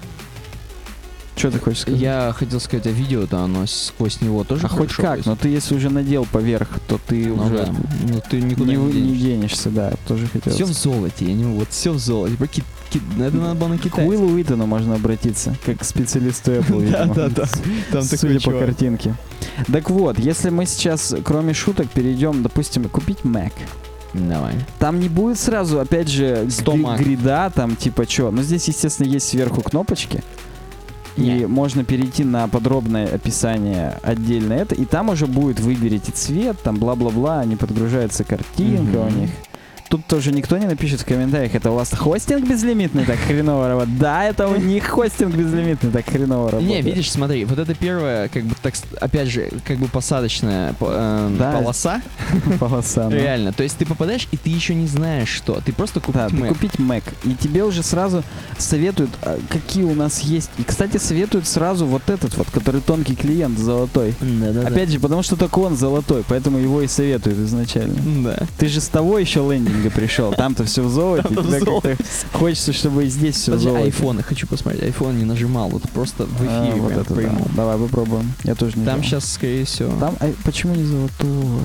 Что ты хочешь сказать? Я хотел сказать, а видео-то оно сквозь него тоже а хоть как, есть? но ты если уже надел поверх, то ты уже да. Ну, ты никуда не денешься, да, тоже хотел. Все в золоте, я не вот все в золоте. Это надо было на Китай. К Уиллу Уитону можно обратиться, как к специалисту Apple, видимо. Да. Там судя по картинке. Так вот, если мы сейчас, кроме шуток, перейдем, допустим, купить Mac. Давай. Там не будет сразу, опять же, грида, там типа что. Но здесь, естественно, есть сверху кнопочки. И можно перейти на подробное описание отдельно это, и там уже будет выберите цвет, там бла-бла-бла, не подгружается картинка у них. Тут тоже никто не напишет в комментариях, это у вас хостинг безлимитный, так хреново работает. Да, это у них хостинг безлимитный, так хреново работает. Не, видишь, смотри, вот это первая, как бы, так, опять же, как бы посадочная полоса. Полоса, реально, то есть ты попадаешь, и ты еще не знаешь, что. Ты просто купить Mac. Да, купить Mac. И тебе уже сразу советуют, какие у нас есть. И, кстати, советуют сразу вот этот вот, который тонкий клиент, золотой. Опять же, потому что только он золотой, поэтому его и советуют изначально. Да. Ты же с того еще лендинга пришел, там-то все в золоте, тебе как-то хочется, чтобы и здесь все в золоте. Айфоны, хочу посмотреть, айфон не нажимал, вот просто в эфире вот это прямом. Да. Давай попробуем, я тоже не Там знаю. сейчас, скорее всего. Там, почему не золотой?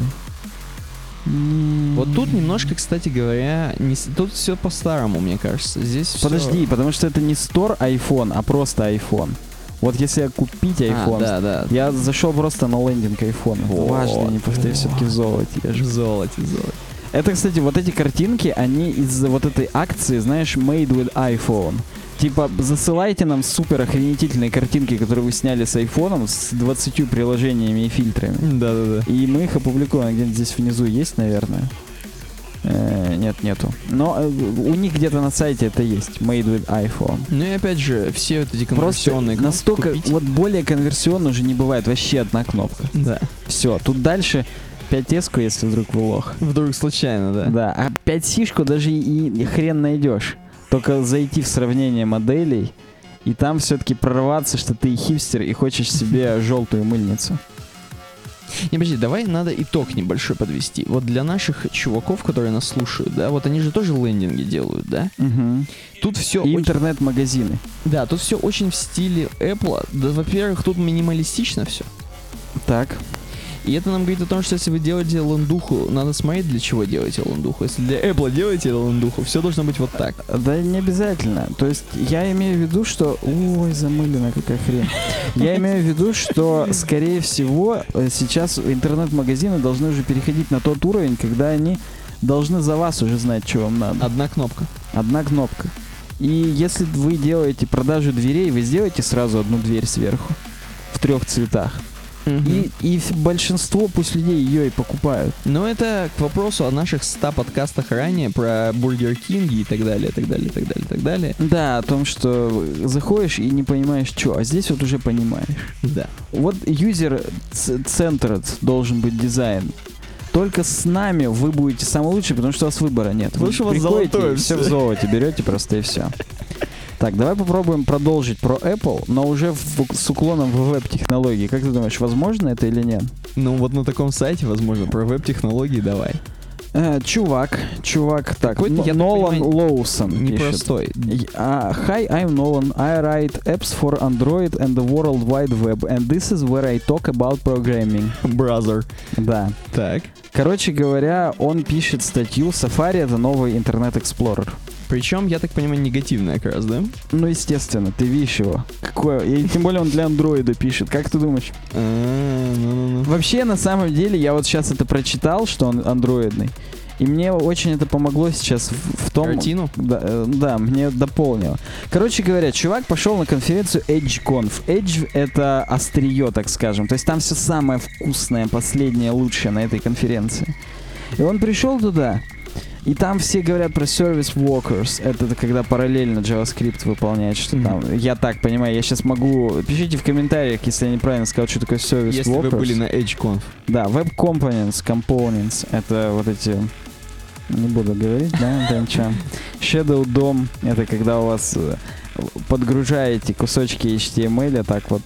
Вот тут немножко, кстати говоря, тут все по-старому, мне кажется. Здесь подожди, потому что это не Store iPhone, а просто iPhone. Вот если купить iPhone, я зашел просто на лендинг iPhone. Важно, не повторяй, все-таки в золоте. В золоте. Это, кстати, вот эти картинки, они из вот этой акции, знаешь, Made with iPhone. Типа, засылайте нам супер охренительные картинки, которые вы сняли с айфоном, с 20 приложениями и фильтрами. Да. И мы их опубликуем. Где-то здесь внизу есть, наверное. Нет, нету. Но у них где-то на сайте это есть. Made with iPhone. Ну и опять же, все вот эти конверсионные кнопки. Настолько, купить. Вот более конверсионно уже не бывает. Вообще одна кнопка. Да. Все, тут дальше 5S-ку, если вдруг вы лох. Вдруг случайно, да. Да, а 5C-шку даже и хрен найдешь. Только зайти в сравнение моделей, и там все-таки прорваться, что ты хипстер и хочешь себе желтую мыльницу. Не, подожди, давай надо итог небольшой подвести. Вот для наших чуваков, которые нас слушают, да, вот они же тоже лендинги делают, да? Угу. Тут все и интернет-магазины. Да, тут все очень в стиле Apple. Да, во-первых, тут минималистично все. Так. И это нам говорит о том, что если вы делаете лендуху, надо смотреть, для чего делаете лендуху. Если для Apple делаете лендуху, все должно быть вот так. Да не обязательно. То есть я имею в виду, что... Ой, замылено, какая хрень. Я имею в виду, что, скорее всего, сейчас интернет-магазины должны уже переходить на тот уровень, когда они должны за вас уже знать, что вам надо. Одна кнопка. Одна кнопка. И если вы делаете продажу дверей, вы сделаете сразу одну дверь сверху в 3 цветах. И большинство пусть людей ее и покупают. Но это к вопросу о наших 100 подкастах ранее про Бургер Кинги и так далее, так далее, так далее, так далее. Да, о том, что заходишь и не понимаешь, что, а здесь вот уже понимаешь. Да. Вот user-centered должен быть дизайн. Только с нами вы будете самый лучший, потому что у вас выбора нет. Вы приходите, все в золоте берете просто и все. Так, давай попробуем продолжить про Apple, но уже с уклоном в веб-технологии. Как ты думаешь, возможно это или нет? Ну вот на таком сайте, возможно, про веб-технологии давай. Чувак, так, Какой-то, я так Нолан понимаю, Лоусон непростой. пишет. Hi, I'm Nolan. I write apps for Android and the World Wide Web, and this is where I talk about programming. Brother. Да. Так. Короче говоря, он пишет статью «Safari — это новый Internet Explorer». Причем, я так понимаю, негативная как раз, да? Ну, естественно, ты видишь его. Какое? И тем более он для андроида пишет. Как ты думаешь? Вообще, на самом деле, я вот сейчас это прочитал, что он андроидный. И мне очень это помогло сейчас в том... Картину? Да, мне дополнило. Короче говоря, чувак пошел на конференцию EdgeConf. Edge — это острие, так скажем. То есть там все самое вкусное, последнее, лучшее на этой конференции. И он пришел туда, и там все говорят про Service Workers. Это когда параллельно JavaScript выполняет, что там. Я так понимаю, я сейчас могу... Пишите в комментариях, если я неправильно сказал, что такое Service Workers. Если вы были на EdgeConf. Да, Web Components. Это вот эти... Не буду говорить, да? Да, ничего. Shadow DOM — это когда у вас подгружаете кусочки HTML, так вот...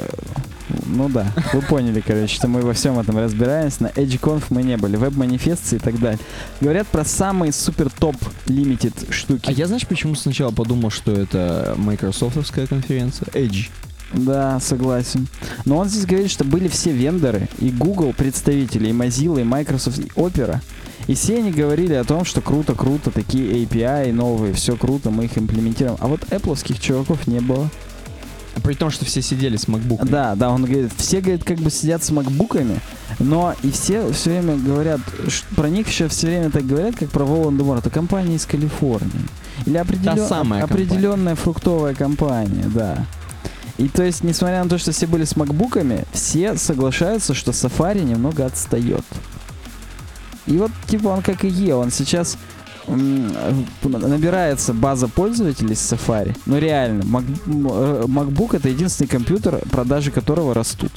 Ну да, вы поняли, короче, что мы во всем этом разбираемся. На EdgeConf мы не были, веб-манифесты и так далее. Говорят про самые супер-топ limited штуки. А я, знаешь, почему сначала подумал, что это майкрософтовская конференция? Edge. Да, согласен. Но он здесь говорит, что были все вендоры, и Google представители, и Mozilla, и Microsoft, и Opera. И все они говорили о том, что круто, такие API новые, все круто, мы их имплементируем. А вот Apple'овских чуваков не было. При том, что все сидели с макбуками. Да, он говорит, все, говорит, как бы сидят с макбуками, но и все время говорят, про них еще все время так говорят, как про Волан-де-Морта. Это компания из Калифорнии. Или определенная фруктовая компания, да. И то есть, несмотря на то, что все были с макбуками, все соглашаются, что Safari немного отстает. И вот, типа, он как и он сейчас... набирается база пользователей с Safari. Ну реально, MacBook — это единственный компьютер, продажи которого растут.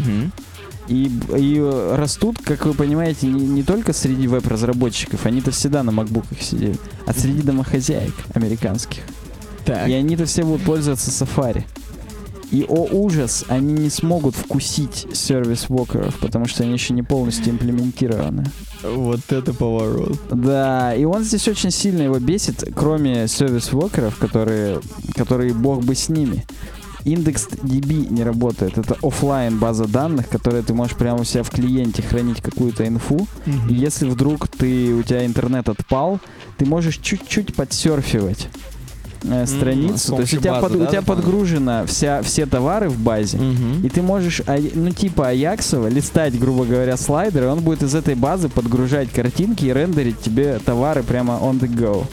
И растут, как вы понимаете, не только среди веб-разработчиков, они-то всегда на MacBook'ах сидели, а среди домохозяек американских. Так. И они-то все будут пользоваться Safari. И, о ужас, они не смогут вкусить сервис-вокеров, потому что они еще не полностью имплементированы. Вот это поворот. Да, и он здесь очень сильно его бесит, кроме сервис-вокеров, которые бог бы с ними. IndexedDB не работает. Это офлайн база данных, которые ты можешь прямо у себя в клиенте хранить какую-то инфу. И если вдруг у тебя интернет отпал, ты можешь чуть-чуть подсерфивать страницу, то есть у тебя подгружено все товары в базе, и ты можешь, типа Аяксова, листать, грубо говоря, слайдер, и он будет из этой базы подгружать картинки и рендерить тебе товары прямо on the go.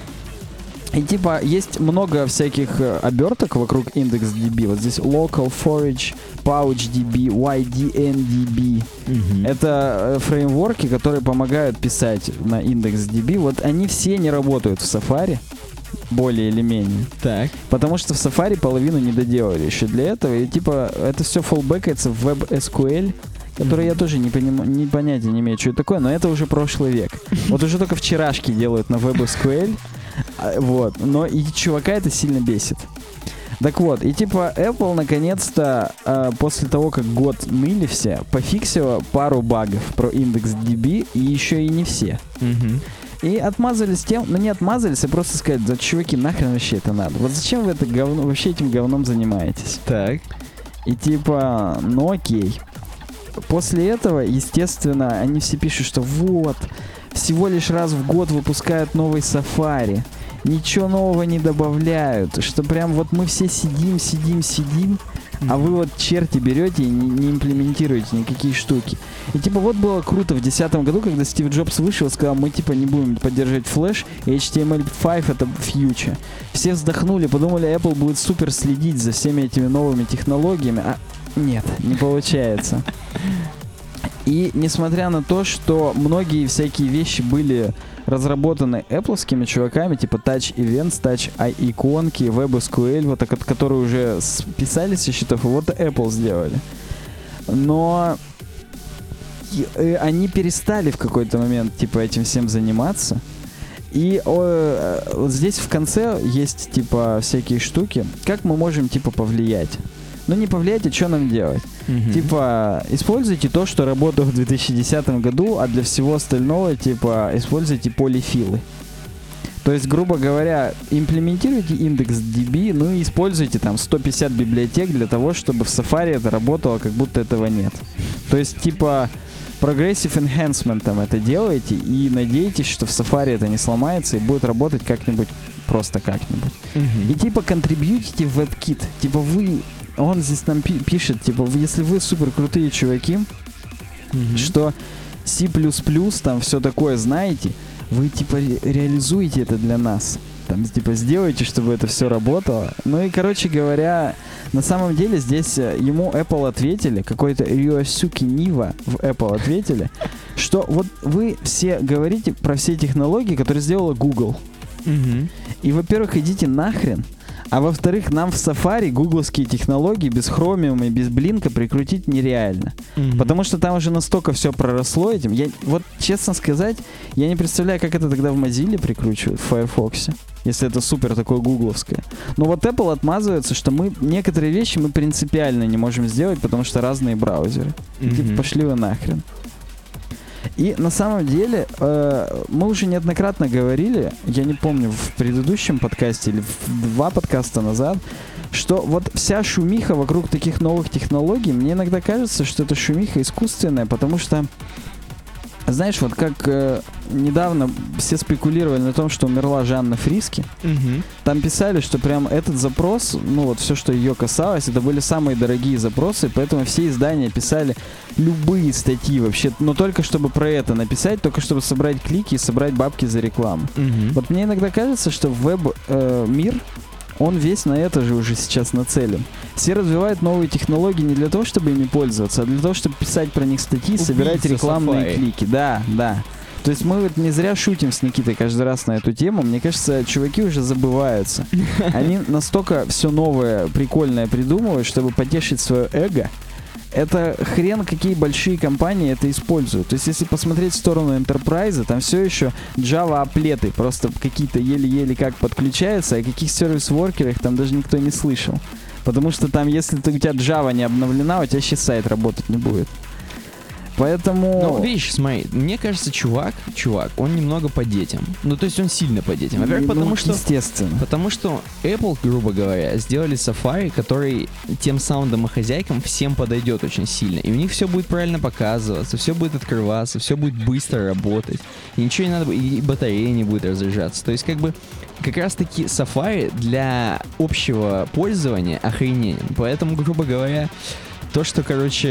И типа есть много всяких оберток вокруг IndexedDB. Вот здесь Local Forage, PouchDB, YDNDB. Это фреймворки, которые помогают писать на IndexedDB. Вот они все не работают в Safari. Более или менее. Так. Потому что в Safari половину не доделали еще для этого. И типа это все фоллбэкается в WebSQL, который я тоже понятия не имею, что это такое, но это уже прошлый век. Вот уже только вчерашки делают на WebSQL. Вот. Но и чувака это сильно бесит. Так вот, и типа Apple наконец-то, после того, как год ныли все, пофиксила пару багов про IndexedDB, и еще и не все. И отмазались тем, не отмазались, а просто сказать, да, чуваки, нахрен вообще это надо? Вот зачем вы вообще этим говном занимаетесь? Так. И типа, ну окей. После этого, естественно, они все пишут, что вот, всего лишь раз в год выпускают новый Safari. Ничего нового не добавляют. Что прям вот мы все сидим, а вы вот черти берете и не имплементируете никакие штуки. И типа вот было круто в 2010 году, когда Стив Джобс вышел и сказал, мы типа не будем поддерживать флеш, и HTML5 это future. Все вздохнули, подумали, Apple будет супер следить за всеми этими новыми технологиями, а нет, не получается. И несмотря на то, что многие всякие вещи были разработаны Apple'скими чуваками, типа Touch Events, Touch иконки, WebSQL, вот так, которые уже писались со счетов, и вот Apple сделали. Но они перестали в какой-то момент типа этим всем заниматься. И вот здесь в конце есть типа всякие штуки, как мы можем типа повлиять. Ну не повлиять, а что нам делать? Типа, используйте то, что работало в 2010 году, а для всего остального, типа, используйте полифилы. То есть, грубо говоря, имплементируйте индекс DB, ну и используйте там 150 библиотек для того, чтобы в Safari это работало, как будто этого нет. То есть, типа, progressive enhancement там это делаете и надеетесь, что в Safari это не сломается и будет работать как-нибудь, просто как-нибудь. И типа контрибьютите в WebKit. Типа он здесь нам пишет, типа, если вы супер крутые чуваки, что C++, там все такое знаете, вы типа реализуете это для нас. Там типа сделайте, чтобы это все работало. Ну и, короче говоря, на самом деле здесь ему Apple ответили, какой-то Ryosuke Niwa в Apple ответили, что вот вы все говорите про все технологии, которые сделала Google. И, во-первых, идите нахрен. А во-вторых, нам в Safari гугловские технологии без Chromium и без Блинка прикрутить нереально. Потому что там уже настолько все проросло этим. Вот, честно сказать, я не представляю, как это тогда в Mozilla прикручивают, в Firefox. Если это супер такое гугловское. Но вот Apple отмазывается, что некоторые вещи мы принципиально не можем сделать, потому что разные браузеры. Типа, пошли вы нахрен. И на самом деле мы уже неоднократно говорили, я не помню, в предыдущем подкасте или 2 подкаста назад, что вот вся шумиха вокруг таких новых технологий, мне иногда кажется, что это шумиха искусственная, потому что, знаешь, вот как недавно все спекулировали на том, что умерла Жанна Фриске, там писали, что прям этот запрос, ну вот все, что ее касалось, это были самые дорогие запросы, поэтому все издания писали любые статьи вообще, но только чтобы про это написать, только чтобы собрать клики и собрать бабки за рекламу. Вот мне иногда кажется, что веб-мир, он весь на это же уже сейчас нацелен. Все развивают новые технологии не для того, чтобы ими пользоваться, а для того, чтобы писать про них статьи, собирать рекламные клики. Да. То есть мы вот не зря шутим с Никитой каждый раз на эту тему. Мне кажется, чуваки уже забываются. Они настолько все новое, прикольное придумывают, чтобы потешить свое эго. Это хрен какие большие компании это используют. То есть если посмотреть в сторону Enterprise, там все еще Java-аплеты, просто какие-то еле-еле как подключаются, а о каких сервис-воркерах там даже никто не слышал. Потому что там, если у тебя Java не обновлена, у тебя сейчас сайт работать не будет. Поэтому... Ну, видишь, смотри, мне кажется, чувак, он немного по детям. Ну, то есть он сильно по детям. Во-первых, потому что... Естественно. Потому что Apple, грубо говоря, сделали Safari, который тем самым домохозяйкам всем подойдет очень сильно. И у них все будет правильно показываться, все будет открываться, все будет быстро работать. И ничего не надо, и батарея не будет разряжаться. То есть, как раз-таки Safari для общего пользования охрененен. Поэтому, грубо говоря... То, что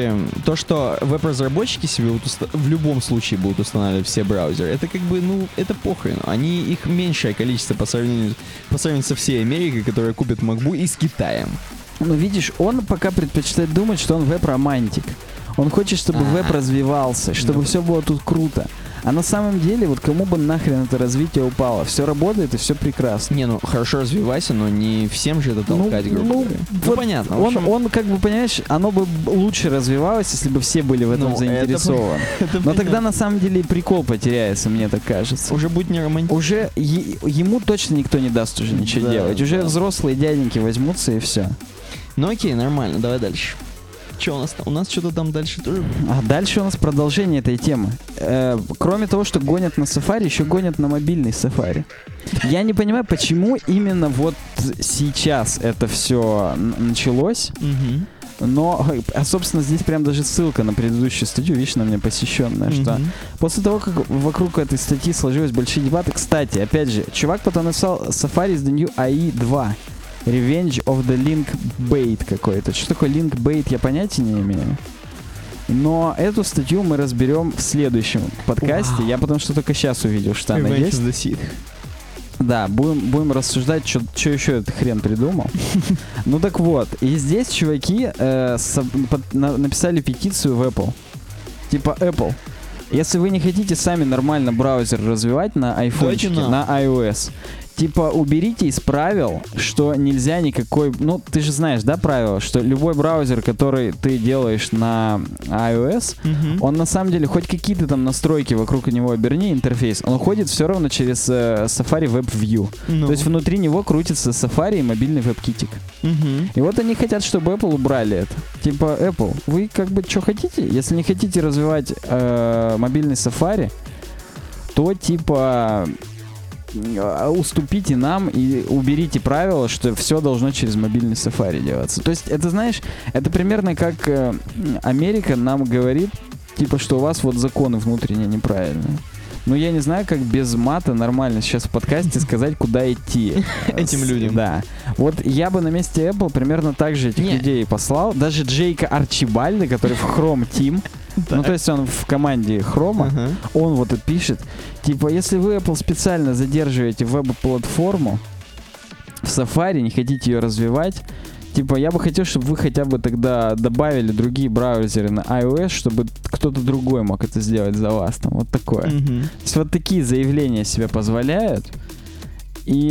веб-разработчики себе в любом случае будут устанавливать все браузеры, это это похрен. Их меньшее количество по сравнению со всей Америкой, которая купит MacBook, и с Китаем. Ну, видишь, он пока предпочитает думать, что он веб-романтик. Он хочет, чтобы веб развивался, чтобы все было тут круто. А на самом деле, вот кому бы нахрен это развитие упало? Все работает и все прекрасно. Не, ну хорошо развивайся, но не всем же это толкать, грубо говоря. Вот понятно. Он как бы, понимаешь, оно бы лучше развивалось, если бы все были в этом заинтересованы. Но тогда на самом деле и прикол потеряется, мне так кажется. Уже будет не романтично. Уже ему точно никто не даст уже ничего делать. Уже взрослые дяденьки возьмутся и все. Ну окей, нормально, давай дальше. Что у нас там? У нас что-то там дальше тоже? А дальше у нас продолжение этой темы. Кроме того, что гонят на Safari, еще гонят на мобильный Safari. Я не понимаю, почему именно вот сейчас это все началось. Но, собственно, здесь прям даже ссылка на предыдущую статью, видишь, на меня посещенная, что после того, как вокруг этой статьи сложились большие дебаты, кстати, опять же, чувак потом написал Safari is the new AI 2. Revenge of the Link Bait какой-то. Что такое Link Bait, я понятия не имею. Но эту статью мы разберем в следующем подкасте. Я потому что только сейчас увидел, что она есть. Да, будем рассуждать, что еще этот хрен придумал. Ну так вот, и здесь чуваки написали петицию в Apple. Типа, Apple, если вы не хотите сами нормально браузер развивать на айфончике, на iOS, Типа, уберите из правил, что нельзя никакой... Ну, ты же знаешь, да, правило, что любой браузер, который ты делаешь на iOS, он на самом деле, хоть какие-то там настройки вокруг него оберни, интерфейс, он ходит все равно через Safari Web View. То есть внутри него крутится Safari и мобильный WebKit. И вот они хотят, чтобы Apple убрали это. Типа, Apple, вы как бы что хотите? Если не хотите развивать мобильный Safari, то типа... уступите нам и уберите правило, что все должно через мобильный Safari делаться. То есть, это, знаешь, это примерно как Америка нам говорит, типа, что у вас вот законы внутренние неправильные. Но я не знаю, как без мата нормально сейчас в подкасте сказать, куда идти. Этим людям. Да. Вот я бы на месте Apple примерно так же этих людей послал. Даже Джейка Арчибальда, который в Chrome Team, ну, то есть он в команде Хрома, он вот и пишет, типа, если вы, Apple, специально задерживаете веб-платформу в Safari, не хотите ее развивать, типа, я бы хотел, чтобы вы хотя бы тогда добавили другие браузеры на iOS, чтобы кто-то другой мог это сделать за вас, там, вот такое. То есть вот такие заявления себе позволяют, и...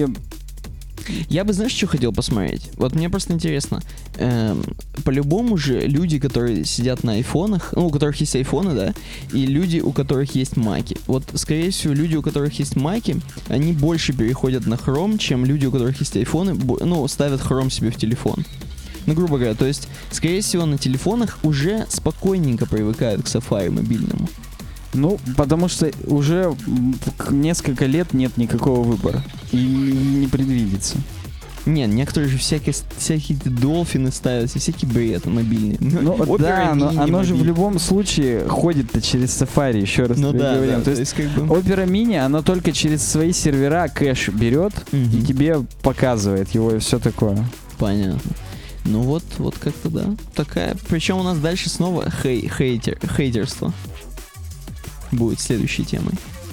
Я бы, знаешь, что хотел посмотреть? Вот мне просто интересно. По-любому же люди, которые сидят на айфонах, ну, у которых есть айфоны, да, и люди, у которых есть маки. Вот, скорее всего, люди, у которых есть маки, они больше переходят на Chrome, чем люди, у которых есть айфоны, ну, ставят Chrome себе в телефон. Ну, грубо говоря, то есть, скорее всего, на телефонах уже спокойненько привыкают к Safari мобильному. Ну, потому что уже несколько лет нет никакого выбора. И не предвидится. Не, некоторые же всякие долфины ставят, всякий бред мобильный. Ну да, но оно же в любом случае ходит-то через Safari, еще раз говорим. То есть как бы... Opera Mini, оно только через свои сервера кэш берет и тебе показывает его и все такое. Понятно. Ну вот как-то да. Такая. Причем у нас дальше снова хейтерство будет следующей темой.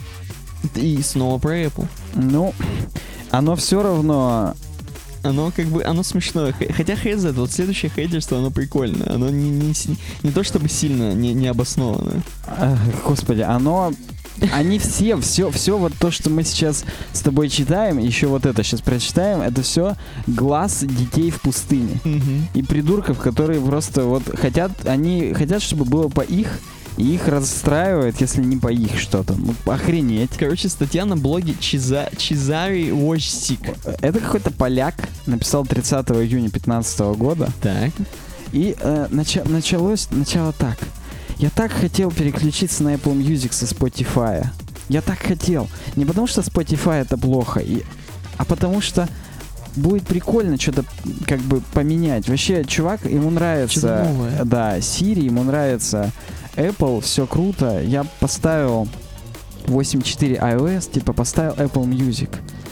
И снова про Apple. Ну, оно все равно... Оно как бы, оно смешное. Хотя хз, вот следующее хейтерство, оно прикольное. Оно не то чтобы сильно не обоснованное. Господи, они все вот то, что мы сейчас с тобой читаем, еще вот это сейчас прочитаем, это все глаз детей в пустыне. И придурков, которые просто вот они хотят, чтобы было по их, и их расстраивает, если не по их что-то. Ну, охренеть. Короче, статья на блоге Чезари Watchstick. Это какой-то поляк, написал 30 июня 2015 года. Так. И начало так. Я так хотел переключиться на Apple Music со Spotify. Я так хотел. Не потому что Spotify это плохо, а потому что будет прикольно что-то как бы поменять. Вообще, чувак, ему нравится... Да, Siri, ему нравится Apple, все круто. Я поставил 8.4 iOS, типа поставил Apple Music.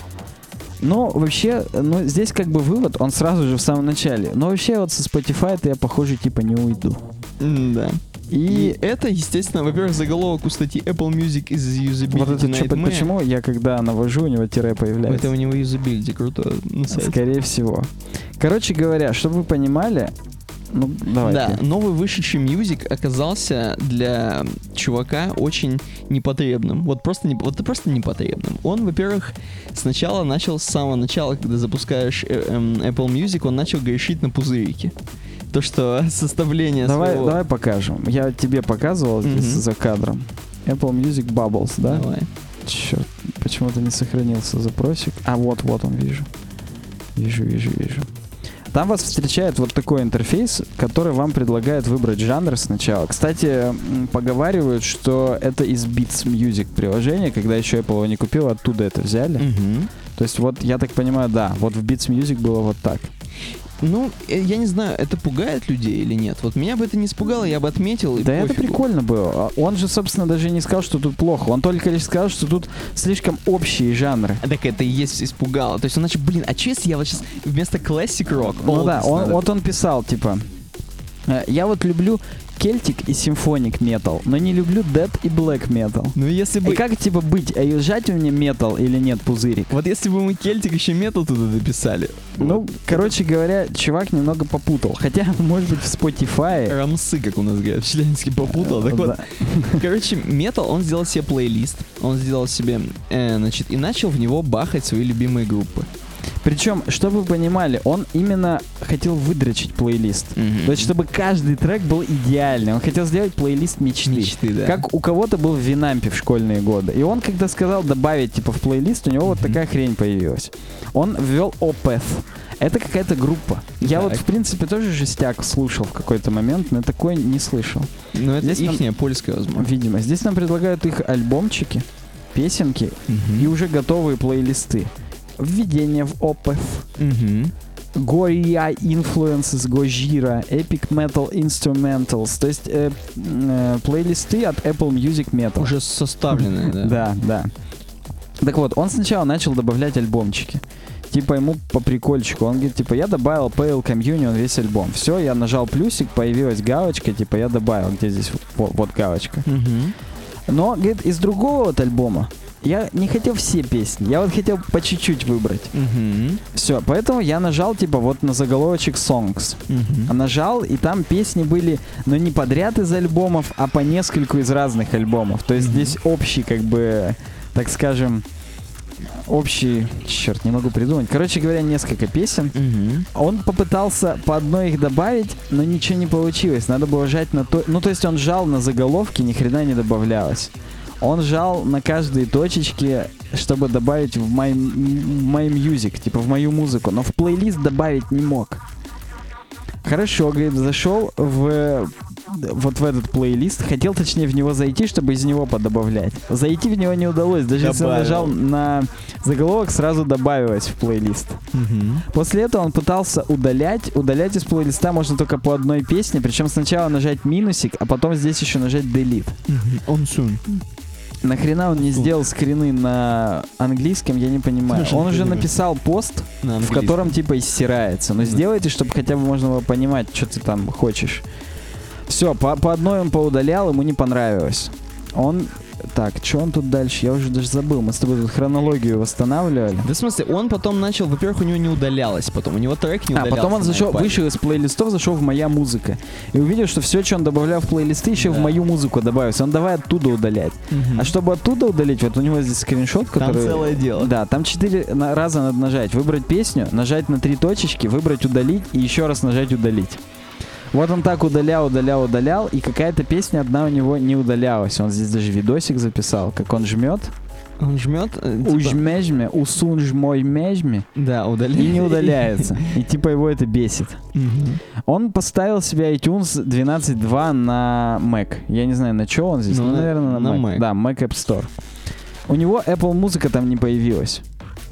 Но вообще, здесь как бы вывод, он сразу же в самом начале. Но вообще вот со Spotify-то я, похоже, типа не уйду. Да. И это, естественно, во-первых, заголовок у статьи Apple Music is usability вот это nightmare. Почему я, когда навожу, у него тире появляется? Это у него юзабилити круто на сайте. Скорее всего. Короче говоря, чтобы вы понимали, давайте. Да, новый вышедший Music оказался для чувака очень непотребным. Вот просто непотребным. Он, во-первых, с самого начала, когда запускаешь Apple Music, он начал грешить на пузырики. То, что составление своего... Давай покажем. Я тебе показывал здесь за кадром. Apple Music Bubbles, да? Давай. Черт, почему-то не сохранился запросик. А вот он, вижу. Вижу. Там вас встречает вот такой интерфейс, который вам предлагает выбрать жанр сначала. Кстати, поговаривают, что это из Beats Music приложения, когда еще Apple его не купил, оттуда это взяли. То есть вот, я так понимаю, да, вот в Beats Music было вот так. Ну, я не знаю, это пугает людей или нет. Вот меня бы это не испугало, я бы отметил. Да это прикольно было. Он же, собственно, даже не сказал, что тут плохо. Он только лишь сказал, что тут слишком общие жанры. Так это и есть испугало. То есть он начал, а что если я вот сейчас вместо classic rock? Ну да, он писал, типа, Я вот люблю кельтик и симфоник метал, но не люблю дэт и блэк метал. Ну если бы... И как типа быть, а езжать у меня метал или нет, пузырик? Вот если бы мы кельтик еще метал туда дописали. Ну, вот. короче говоря, чувак немного попутал. Хотя, может быть, в Spotify... Рамсы, как у нас говорят, членский попутал. Так вот, короче, метал, он сделал себе плейлист. Он сделал себе, значит, и начал в него бахать свои любимые группы. Причем, чтобы вы понимали, он именно хотел выдрочить плейлист. То есть, чтобы каждый трек был идеальный. Он хотел сделать плейлист мечты. Да. Как у кого-то был в Винампе в школьные годы. И он, когда сказал добавить, типа, в плейлист, у него вот такая хрень появилась. Он ввел Opeth. Это какая-то группа. Я вот, в принципе, тоже жестяк слушал в какой-то момент, но такое не слышал. Ну, это ихняя польская, возможно. Видимо. Здесь нам предлагают их альбомчики, песенки и уже готовые плейлисты. Введение в Opeth. Goria Influences, Gojira, Epic Metal Instrumentals. То есть плейлисты от Apple Music Metal. Уже составленные, да? Да, да. Так вот, он сначала начал добавлять альбомчики. Типа ему по прикольчику. Он говорит, типа, я добавил Pale Communion весь альбом. Все, я нажал плюсик, появилась галочка, типа, я добавил. Где здесь вот галочка. Но, говорит, из другого вот альбома я не хотел все песни, я вот хотел по чуть-чуть выбрать. Все, поэтому я нажал, типа, вот на заголовочек Songs. Нажал, и там песни были, но не подряд из альбомов, а по нескольку из разных альбомов. То есть здесь общий, как бы, так скажем, общий... Черт, не могу придумать. Короче говоря, несколько песен. Он попытался по одной их добавить, но ничего не получилось. Надо было жать на то... Ну, то есть он жал на заголовки, ни хрена не добавлялось. Он жал на каждые точечки, чтобы добавить в My Music, типа в мою музыку, но в плейлист добавить не мог. Хорошо, говорит, зашел вот в этот плейлист, хотел точнее в него зайти, чтобы из него подобавлять. Зайти в него не удалось, даже если он нажал на заголовок, сразу добавилось в плейлист. После этого он пытался удалять из плейлиста можно только по одной песне, причем сначала нажать минусик, а потом здесь еще нажать delete. On soon. Нахрена он не сделал скрины на английском, я не понимаю. Он уже написал пост, в котором типа иссирается. Но сделайте, чтобы хотя бы можно было понимать, что ты там хочешь. Все, по одной он поудалял, ему не понравилось. Он... Так, что он тут дальше? Я уже даже забыл. Мы с тобой тут хронологию восстанавливали. Да в смысле, он потом начал, во-первых, у него не удалялось потом. У него трек не удалялся. А потом он вышел из плейлистов, зашел в «Моя музыка». И увидел, что все, что он добавлял в плейлисты, еще в «Мою музыку» добавилось. Он давай оттуда удалять. А чтобы оттуда удалить, вот у него здесь скриншот, который... Там целое дело. Да, там 4 раза надо нажать. Выбрать песню, нажать на 3 точечки, выбрать «Удалить» и еще раз нажать «Удалить». Вот он так удалял, и какая-то песня одна у него не удалялась. Он здесь даже видосик записал, как он жмет. Он жмет? Ужмежме, усунж мой межме. Да, удаляется. И не удаляется. И типа его это бесит. Он поставил себе iTunes 12.2 на Mac. Я не знаю, на что он здесь. Ну, наверное, на Mac. Да, Mac App Store. У него Apple музыка там не появилась.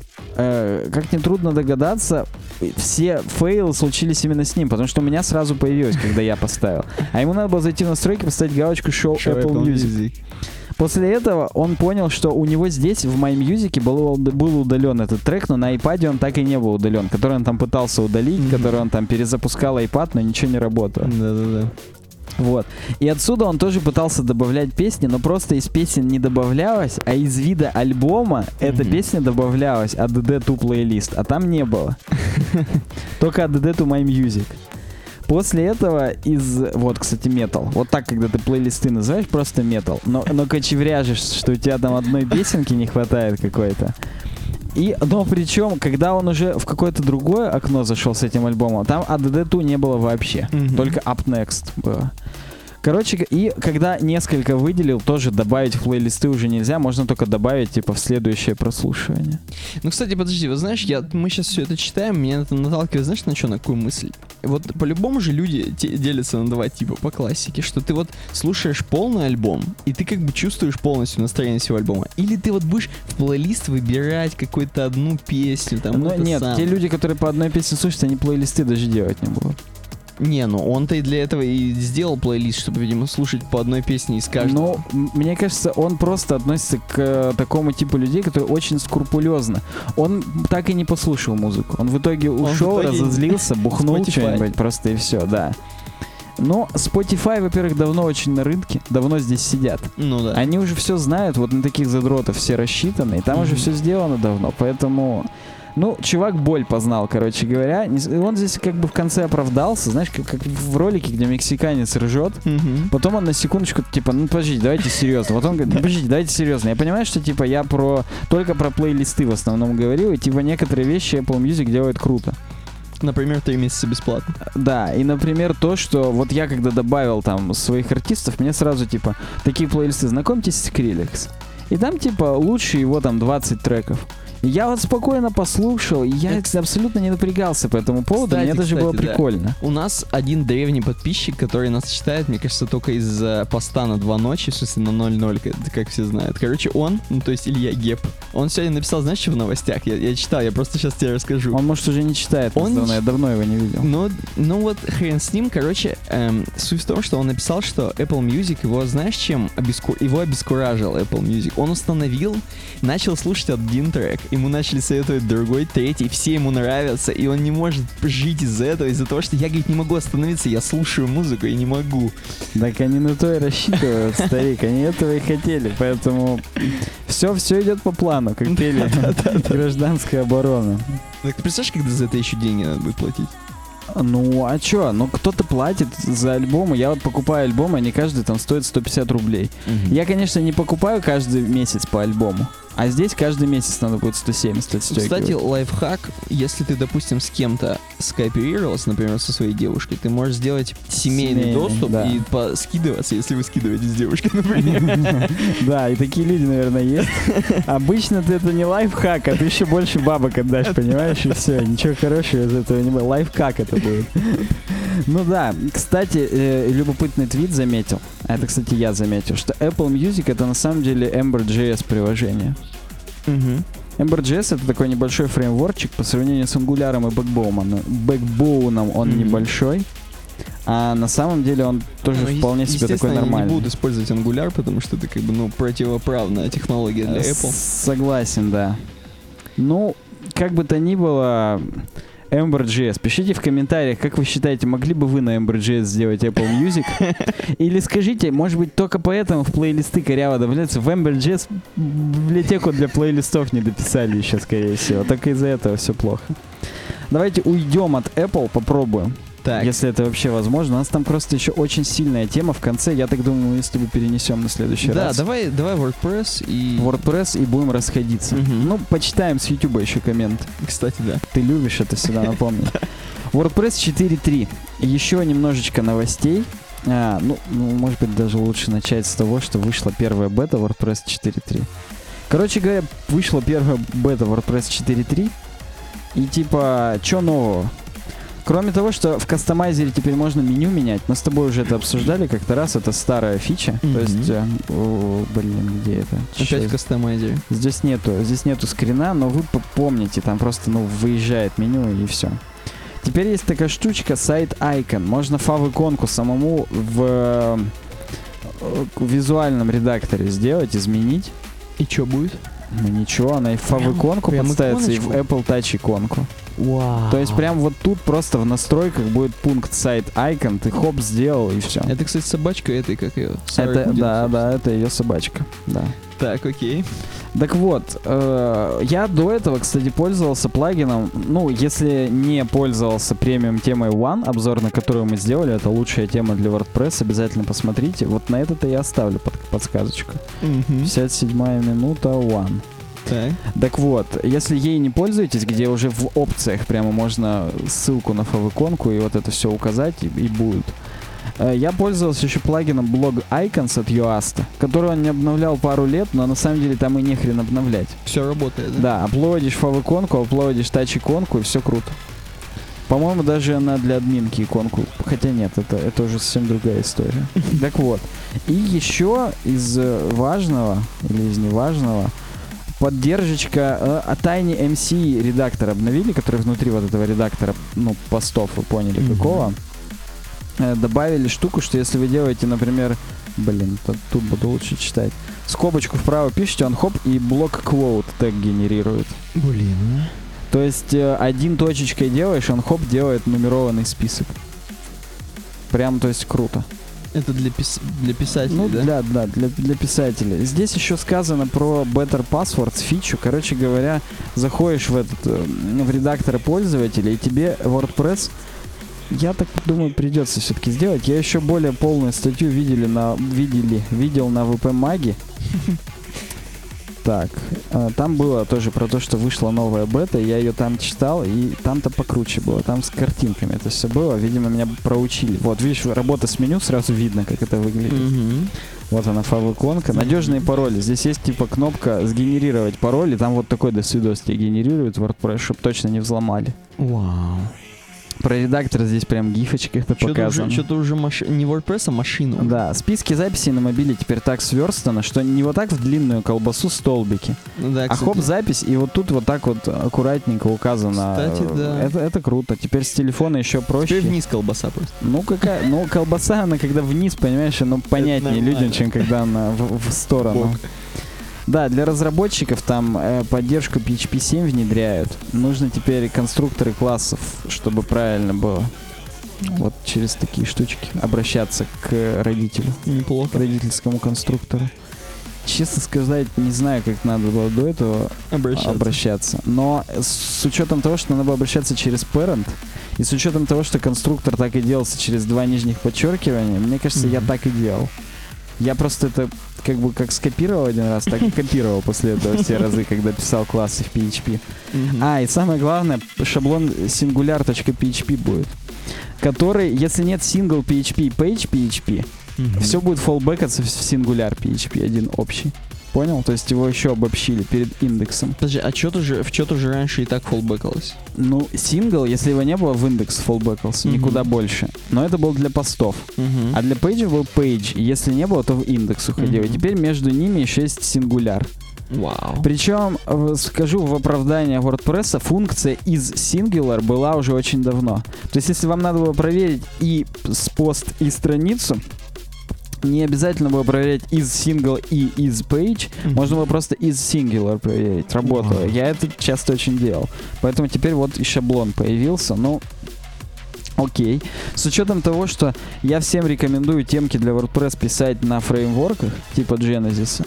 Как нетрудно догадаться, все фейлы случились именно с ним, потому что у меня сразу появилось, когда я поставил. А ему надо было зайти в настройки, поставить галочку Show Apple Music. После этого он понял, что у него здесь в My Music был удален этот трек, но на iPad он так и не был удален, который он там пытался удалить, который он там перезапускал iPad, но ничего не работало. Да-да-да. Вот. И отсюда он тоже пытался добавлять песни, но просто из песен не добавлялось, а из вида альбома эта песня добавлялась, ADD to плейлист, а там не было. Только ADD to My Music. После этого вот, кстати, метал. Вот так, когда ты плейлисты называешь, просто метал. Но кочевряжешь, что у тебя там одной песенки не хватает какой-то. Но причем, когда он уже в какое-то другое окно зашел с этим альбомом, там ADD2 не было вообще. Только Up Next было. Короче, и когда несколько выделил, тоже добавить в плейлисты уже нельзя, можно только добавить, типа, в следующее прослушивание. Ну, кстати, подожди, вот знаешь, мы сейчас все это читаем, меня это наталкивает, знаешь, на что, на какую мысль? Вот по-любому же люди делятся на два типа по классике, что ты вот слушаешь полный альбом, и ты как бы чувствуешь полностью настроение всего альбома, или ты вот будешь в плейлист выбирать какую-то одну песню, там, ну, нет, те люди, которые по одной песне слушают, они плейлисты даже делать не будут. Не, ну он-то и для этого и сделал плейлист, чтобы, видимо, слушать по одной песне из каждого. Ну, мне кажется, он просто относится к такому типу людей, которые очень скрупулезно. Он так и не послушал музыку. Он в итоге ушел, разозлился, бухнул что-нибудь просто и все, да. Но Spotify, во-первых, давно очень на рынке, давно здесь сидят. Ну да. Они уже все знают, вот на таких задротов все рассчитаны, и там уже все сделано давно, поэтому... Ну, чувак боль познал, короче говоря. Он здесь как бы в конце оправдался, знаешь, как в ролике, где мексиканец ржет. Потом он на секундочку, типа, ну, подождите, давайте серьезно. Вот он говорит, подождите, давайте серьезно. Я понимаю, что, типа, я только про плейлисты в основном говорил, и, типа, некоторые вещи Apple Music делает круто. Например, 3 месяца бесплатно. Да, и, например, то, что вот я когда добавил там своих артистов, мне сразу, типа, такие плейлисты, знакомьтесь с Skrillex. И там, типа, лучше его там 20 треков. Я вот спокойно послушал, и я абсолютно не напрягался по этому поводу, мне даже было прикольно. Да. У нас один древний подписчик, который нас читает, мне кажется, только из поста на 2 ночи, в смысле на 00, как все знают. Короче, он, ну то есть Илья Геп, он сегодня написал, знаешь, что в новостях? Я читал, я просто сейчас тебе расскажу. Он, может, уже не читает, я давно его не видел. Ну вот, хрен с ним, короче, суть в том, что он написал, что Apple Music его, знаешь, чем его обескуражил Apple Music? Он установил, начал слушать один трек, ему начали советовать другой, третий, все ему нравятся, и он не может жить из-за этого, из-за того, что я, говорит, не могу остановиться, я слушаю музыку и не могу. Так они на то и рассчитывают, старик, они этого и хотели, поэтому все идет по плану, как пели «Гражданская оборона». Так ты представляешь, когда за это еще деньги надо будет платить? Ну, а чё? Ну, кто-то платит за альбомы. Я вот покупаю альбомы, они каждый там стоит 150 рублей. Я, конечно, не покупаю каждый месяц по альбому. А здесь каждый месяц надо будет 170 отстегивать. Кстати, лайфхак, если ты, допустим, с кем-то скооперировался, например, со своей девушкой, ты можешь сделать семейный доступ, да, и скидываться, если вы скидываете с девушкой, например. Да, и такие люди, наверное, есть. Обычно ты это не лайфхак, а ты еще больше бабок отдашь, понимаешь, и все. Ничего хорошего из этого не будет. Лайфхак это будет. Ну да, кстати, любопытный твит заметил. Это, кстати, я заметил, что Apple Music это на самом деле Ember.js приложение. Ember.js это такой небольшой фреймворчик по сравнению с Angular и Backbone он небольшой. А на самом деле он тоже вполне себе такой нормальный. Я не буду использовать Angular, потому что это как бы, противоправная технология для Apple. Согласен, да. Ну, как бы то ни было, Ember.js. Пишите в комментариях, как вы считаете, могли бы вы на Ember.js сделать Apple Music? Или скажите, может быть, только поэтому в плейлисты коряво добавляются. В Ember.js библиотеку для плейлистов не дописали еще, скорее всего. Только из-за этого все плохо. Давайте уйдем от Apple, попробуем. Так. Если это вообще возможно. У нас там просто еще очень сильная тема в конце. Я так думаю, если мы перенесем на следующий раз. Да, давай WordPress и будем расходиться. Ну, почитаем с YouTube еще комменты. Кстати, да. Ты любишь это всегда напомнить. WordPress 4.3. Еще немножечко новостей. Может быть, даже лучше начать с того, что вышла первая бета WordPress 4.3. Короче говоря, вышла первая бета WordPress 4.3. И типа, что нового? Кроме того, что в кастомайзере теперь можно меню менять, мы с тобой уже это обсуждали как-то раз, это старая фича. То есть, где это? Опять в кастомайзере. Здесь нету скрина, но вы помните, там просто, выезжает меню и все. Теперь есть такая штучка, сайт Icon. Можно фав-иконку самому в визуальном редакторе сделать, изменить. И что будет? Ну ничего, она и в фав-иконку подставится, и в Apple Touch иконку. Вау. То есть прям вот тут просто в настройках будет пункт сайт Icon, ты хоп сделал и все. Это, кстати, собачка этой, как ее? Да, это ее собачка, да. Так, окей. Так вот, я до этого, кстати, пользовался плагином, если не пользовался премиум темой One, обзор на которую мы сделали, это лучшая тема для WordPress, обязательно посмотрите. Вот на это-то я оставлю подсказочку. 57-я минута One. Так вот, если ей не пользуетесь, где уже в опциях прямо можно ссылку на фав-иконку и вот это все указать, и будет. Я пользовался еще плагином Blog Icons от Yoast, который он не обновлял пару лет, но на самом деле там и не хрен обновлять. Все работает, да? Да, аплодишь фав-иконку, аплодишь тач-иконку, и все круто. По-моему, даже она для админки иконку. Хотя нет, это уже совсем другая история. Так вот. И еще из важного, или из неважного, поддержка Tiny MC редактор обновили, который внутри вот этого редактора, постов, вы поняли, какого. Добавили штуку, что если вы делаете, например, тут буду лучше читать, скобочку вправо пишете, он хоп, и блок quote тег генерирует. То есть один точечкой делаешь, он хоп, делает нумерованный список. Прям, то есть, круто. Это для писателей, ну, да? Для писателей. Здесь еще сказано про Better Passwords фичу. Короче говоря, заходишь в редактор пользователя, и тебе WordPress, я так думаю, придется все-таки сделать. Я еще более полную статью видел на WP-Mag. Так, там было тоже про то, что вышла новая бета, я ее там читал, и там-то покруче было, там с картинками это все было, видимо, меня проучили. Вот, видишь, работа с меню, сразу видно, как это выглядит. Вот она, фав-иконка. Надежные пароли. Здесь есть, типа, кнопка «Сгенерировать пароль», и там вот такой досвидос тебе генерирует WordPress, чтобы точно не взломали. Вау. Про редактор здесь прям гифочка показано. Что-то уже не WordPress, а машину. Да, списки записей на мобиле теперь так сверстаны, что не вот так в длинную колбасу столбики, ну, да, а хоп, запись, и вот тут вот так вот аккуратненько указано. Кстати, да. Это круто. Теперь с телефона еще проще. Теперь вниз колбаса просто. Ну, колбаса, она когда вниз, понимаешь, она понятнее людям, чем когда она в сторону. Бог. Да, для разработчиков там поддержку PHP 7 внедряют. Нужно теперь конструкторы классов, чтобы правильно было. Вот через такие штучки обращаться к родителю. Неплохо. К родительскому конструктору. Честно сказать, не знаю, как надо было до этого обращаться. Но с учетом того, что надо было обращаться через parent, и с учетом того, что конструктор так и делался через 2 нижних подчеркивания, мне кажется, я так и делал. Я просто это как скопировал один раз, так и копировал после этого все разы, когда писал классы в PHP. И самое главное, шаблон singular.php будет, который, если нет single PHP и page PHP, все будет фоллбэкаться в singular PHP, один общий. Понял? То есть его еще обобщили перед индексом. Подожди, а в что-то же раньше и так фоллбэкалось? Ну, сингл, если его не было, в индекс фоллбэкался, никуда больше. Но это был для постов. А для пейджа был page. Если не было, то в индекс уходил. И теперь между ними еще есть сингуляр. Вау. Причем, скажу в оправдание WordPress, функция из Singular была уже очень давно. То есть, если вам надо было проверить и пост, и страницу, не обязательно было проверять из single и из page, можно было просто из singular проверить. Работало. Я это часто очень делал. Поэтому теперь вот и шаблон появился. Ну, окей. С учетом того, что я всем рекомендую темки для WordPress писать на фреймворках, типа Genesis,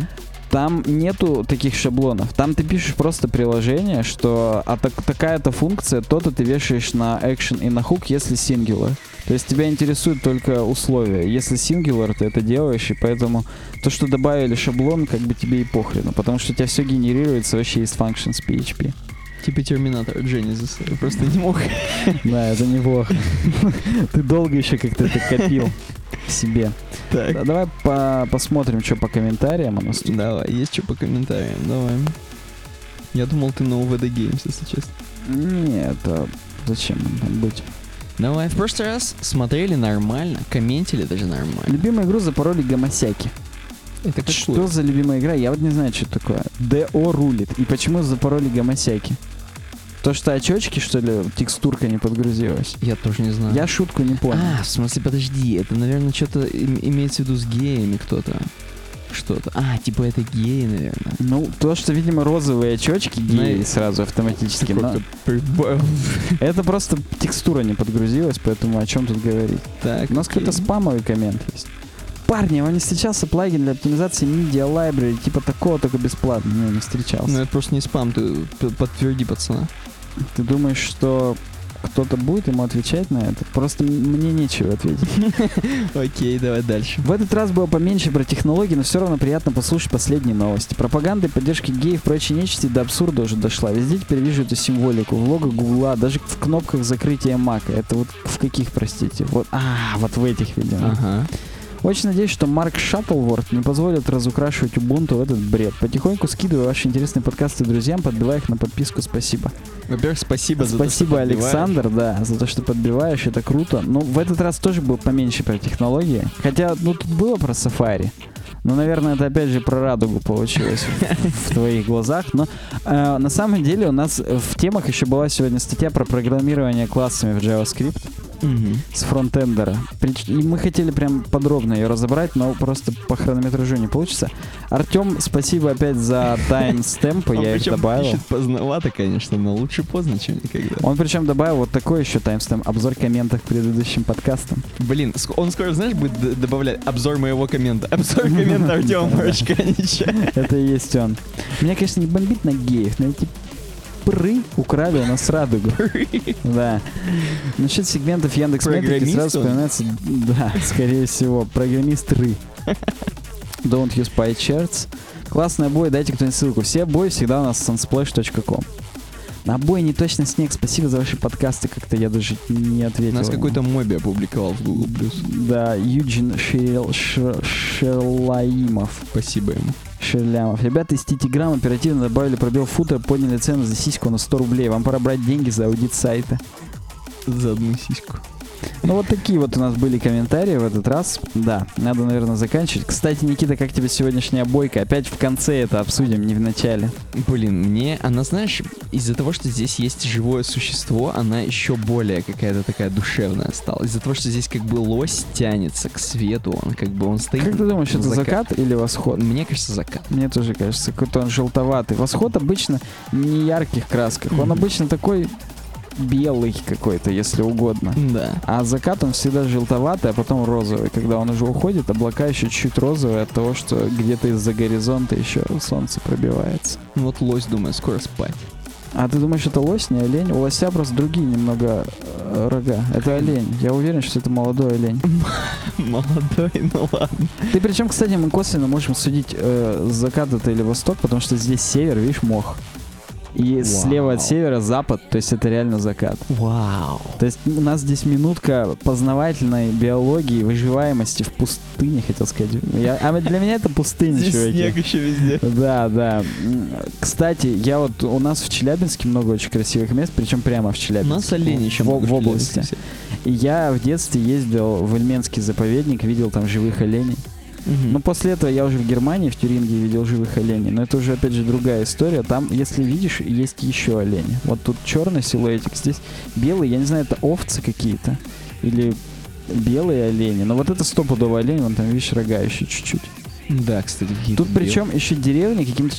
там нету таких шаблонов. Там ты пишешь просто приложение, что такая-то функция, то-то ты вешаешь на action и на hook, если singular. То есть тебя интересуют только условия. Если singular, ты это делаешь, и поэтому то, что добавили шаблон, как бы тебе и похрену, потому что у тебя все генерируется вообще из functions PHP. Типа Терминатор Genesis. Я просто не мог. Да, это неплохо. Ты долго еще как-то это копил в себе. Так. Давай посмотрим, что по комментариям у нас тут. Давай, есть что по комментариям, давай. Я думал, ты на UVD Games, если честно. Нет, зачем нам быть? Давай, в прошлый раз смотрели нормально, комментили даже нормально. Любимую игру запороли гомосяки. Это какую? Что за любимая игра? Я вот не знаю, что это такое. ДО рулит. И почему запороли гомосяки? То, что очечки, что ли, текстурка не подгрузилась? Я тоже не знаю. Я шутку не понял. В смысле, подожди, это, наверное, что-то имеется в виду с геями кто-то. Что-то. Типа это геи, наверное. Ну, то, что, видимо, розовые очечки геи сразу автоматически. Это просто текстура не подгрузилась, поэтому о чем тут говорить? Так, у нас какой-то спамовый коммент есть. Парни, вам не встречался плагин для оптимизации Media Library, типа такого, только бесплатно? Не встречался. Ну, это просто не спам, ты подтверди, пацана. Ты думаешь, что кто-то будет ему отвечать на это? Просто мне нечего ответить. Окей, давай дальше. В этот раз было поменьше про технологии, но все равно приятно послушать последние новости. Пропаганда и поддержка геев и прочей нечисти до абсурда уже дошла. Везде теперь вижу эту символику. В лого Гугла, даже в кнопках закрытия Мака. Это вот в каких, простите? Вот в этих, видимо. Ага. Очень надеюсь, что Марк Шаттлворд не позволит разукрашивать Ubuntu в этот бред. Потихоньку скидываю ваши интересные подкасты друзьям, подбиваю их на подписку. Спасибо. Во-первых, спасибо за то, что Спасибо, Александр, да, за то, что подбиваешь. Это круто. Но в этот раз тоже было поменьше про технологии. Хотя, тут было про Safari. Ну, наверное, это опять же про радугу получилось в твоих глазах. Но на самом деле у нас в темах еще была сегодня статья про программирование классами в JavaScript. с фронтендера. И мы хотели прям подробно ее разобрать, но просто по хронометражу не получится. Артем, спасибо опять за таймстемпы, я их добавил. Он пишет поздновато, конечно, но лучше поздно, чем никогда. Он причем добавил вот такой еще таймстемп, обзор комментов к предыдущим подкастам. Блин, он скоро, знаешь, будет добавлять обзор моего коммента. Обзор коммента Артема Марочканича. Это и есть он. Меня, конечно, не бомбит на геев, но эти пры украли у нас радугу. Да. Насчет сегментов Яндекс.Метрики сразу вспоминается, да, скорее всего, программист ры. Don't use PyCharts. Классные обои, дайте кто-нибудь ссылку. Все обои всегда у нас с sunsplash.com. На обои не точно снег. Спасибо за ваши подкасты. Как-то я даже не ответил. У нас какой-то моби опубликовал в Google+. Да, Юджин Шерлаимов. Спасибо ему. Шерлямов. Ребята из Титиграм оперативно добавили пробел футера, подняли цену за сиську на 100 рублей. Вам пора брать деньги за аудит сайта. За одну сиську. Ну вот такие вот у нас были комментарии в этот раз. Да, надо, наверное, заканчивать. Кстати, Никита, как тебе сегодняшняя бойка? Опять в конце это обсудим, не в начале. Блин, мне она, знаешь, из-за того, что здесь есть живое существо, она еще более какая-то такая душевная стала. Из-за того, что здесь как бы лось тянется к свету, он как бы он стоит. Как ты думаешь, это закат или восход? Мне кажется, закат. Мне тоже кажется, какой-то он желтоватый. Восход обычно не ярких красках. Он обычно такой белый какой-то, если угодно. Да. А закат он всегда желтоватый, а потом розовый. Когда он уже уходит, облака еще чуть-чуть розовые от того, что где-то из-за горизонта еще солнце пробивается. Вот лось, думаю, скоро спать. А ты думаешь, это лось, не олень? У лося просто другие немного рога. Это олень. Я уверен, что это молодой олень. Молодой, ну ладно. Ты причем, кстати, мы косвенно можем судить, закат это или восток, потому что здесь север, видишь, мох. И слева от севера запад, то есть это реально закат. Вау. То есть у нас здесь минутка познавательной биологии, выживаемости в пустыне, хотел сказать. Для меня это пустыня, здесь чуваки. Снег еще везде. Да, да. Кстати, у нас в Челябинске много очень красивых мест, причем прямо в Челябинске. У нас олени еще в области. И я в детстве ездил в Ильменский заповедник, видел там живых оленей. Но после этого я уже в Германии, в Тюрингии видел живых оленей. Но это уже, опять же, другая история. Там, если видишь, есть еще олени. Вот тут черный силуэтик, здесь белый. Я не знаю, это овцы какие-то или белые олени. Но вот это стопудово олень, вон там, видишь, рога еще чуть-чуть. Да, кстати. Тут причем еще деревни каким-то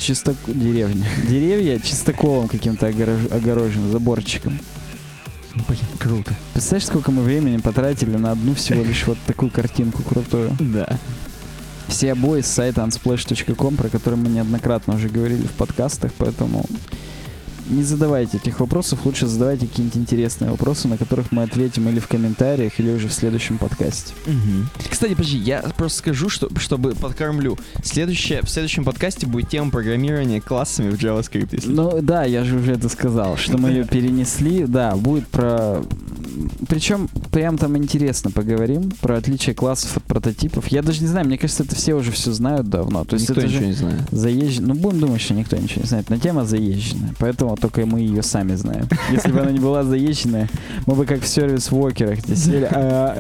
деревья чистоколом каким-то огорожены, заборчиком. Блин, круто. Представляешь, сколько мы времени потратили на одну всего лишь вот такую картинку крутую? Да. Все обои с сайта unsplash.com, про который мы неоднократно уже говорили в подкастах, поэтому не задавайте этих вопросов, лучше задавайте какие-нибудь интересные вопросы, на которых мы ответим или в комментариях, или уже в следующем подкасте. Кстати, подожди, я просто скажу, чтобы подкормлю. В следующем подкасте будет тема программирования классами в JavaScript. Ну да, я же уже это сказал, что мы ее перенесли. Да, будет про... Причем прям там интересно поговорим про отличие классов от прототипов. Я даже не знаю, мне кажется, это все уже все знают давно. То есть никто это ничего же не знает. Ну, будем думать, что никто ничего не знает. Но тема заезженная, поэтому только мы ее сами знаем. Если бы она не была заезженная, мы бы как в сервис-вокерах здесь сели.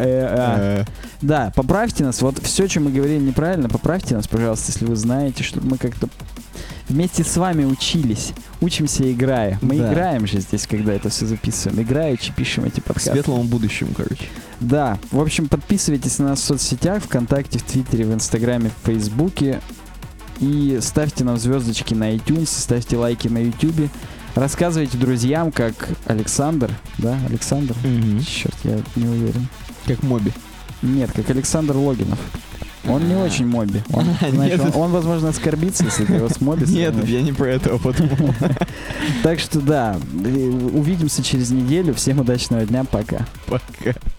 Да, поправьте нас. Вот все, что мы говорили неправильно, поправьте нас, пожалуйста, если вы знаете, чтобы мы как-то вместе с вами учимся играя. Мы играем же здесь, когда это все записываем. Играючи пишем эти подкасты. К светлому будущему, короче. Да. В общем, подписывайтесь на нас в соцсетях, ВКонтакте, в Твиттере, в Инстаграме, в Фейсбуке. И ставьте нам звездочки на iTunes, ставьте лайки на Ютубе. Рассказывайте друзьям, как Александр. Да, Александр? Черт, я не уверен. Как Моби. Нет, как Александр Логинов. Он не очень моби. Он, возможно, оскорбится, если ты его с моби Нет, я не про этого подумал. Так что да, увидимся через неделю. Всем удачного дня, пока. Пока.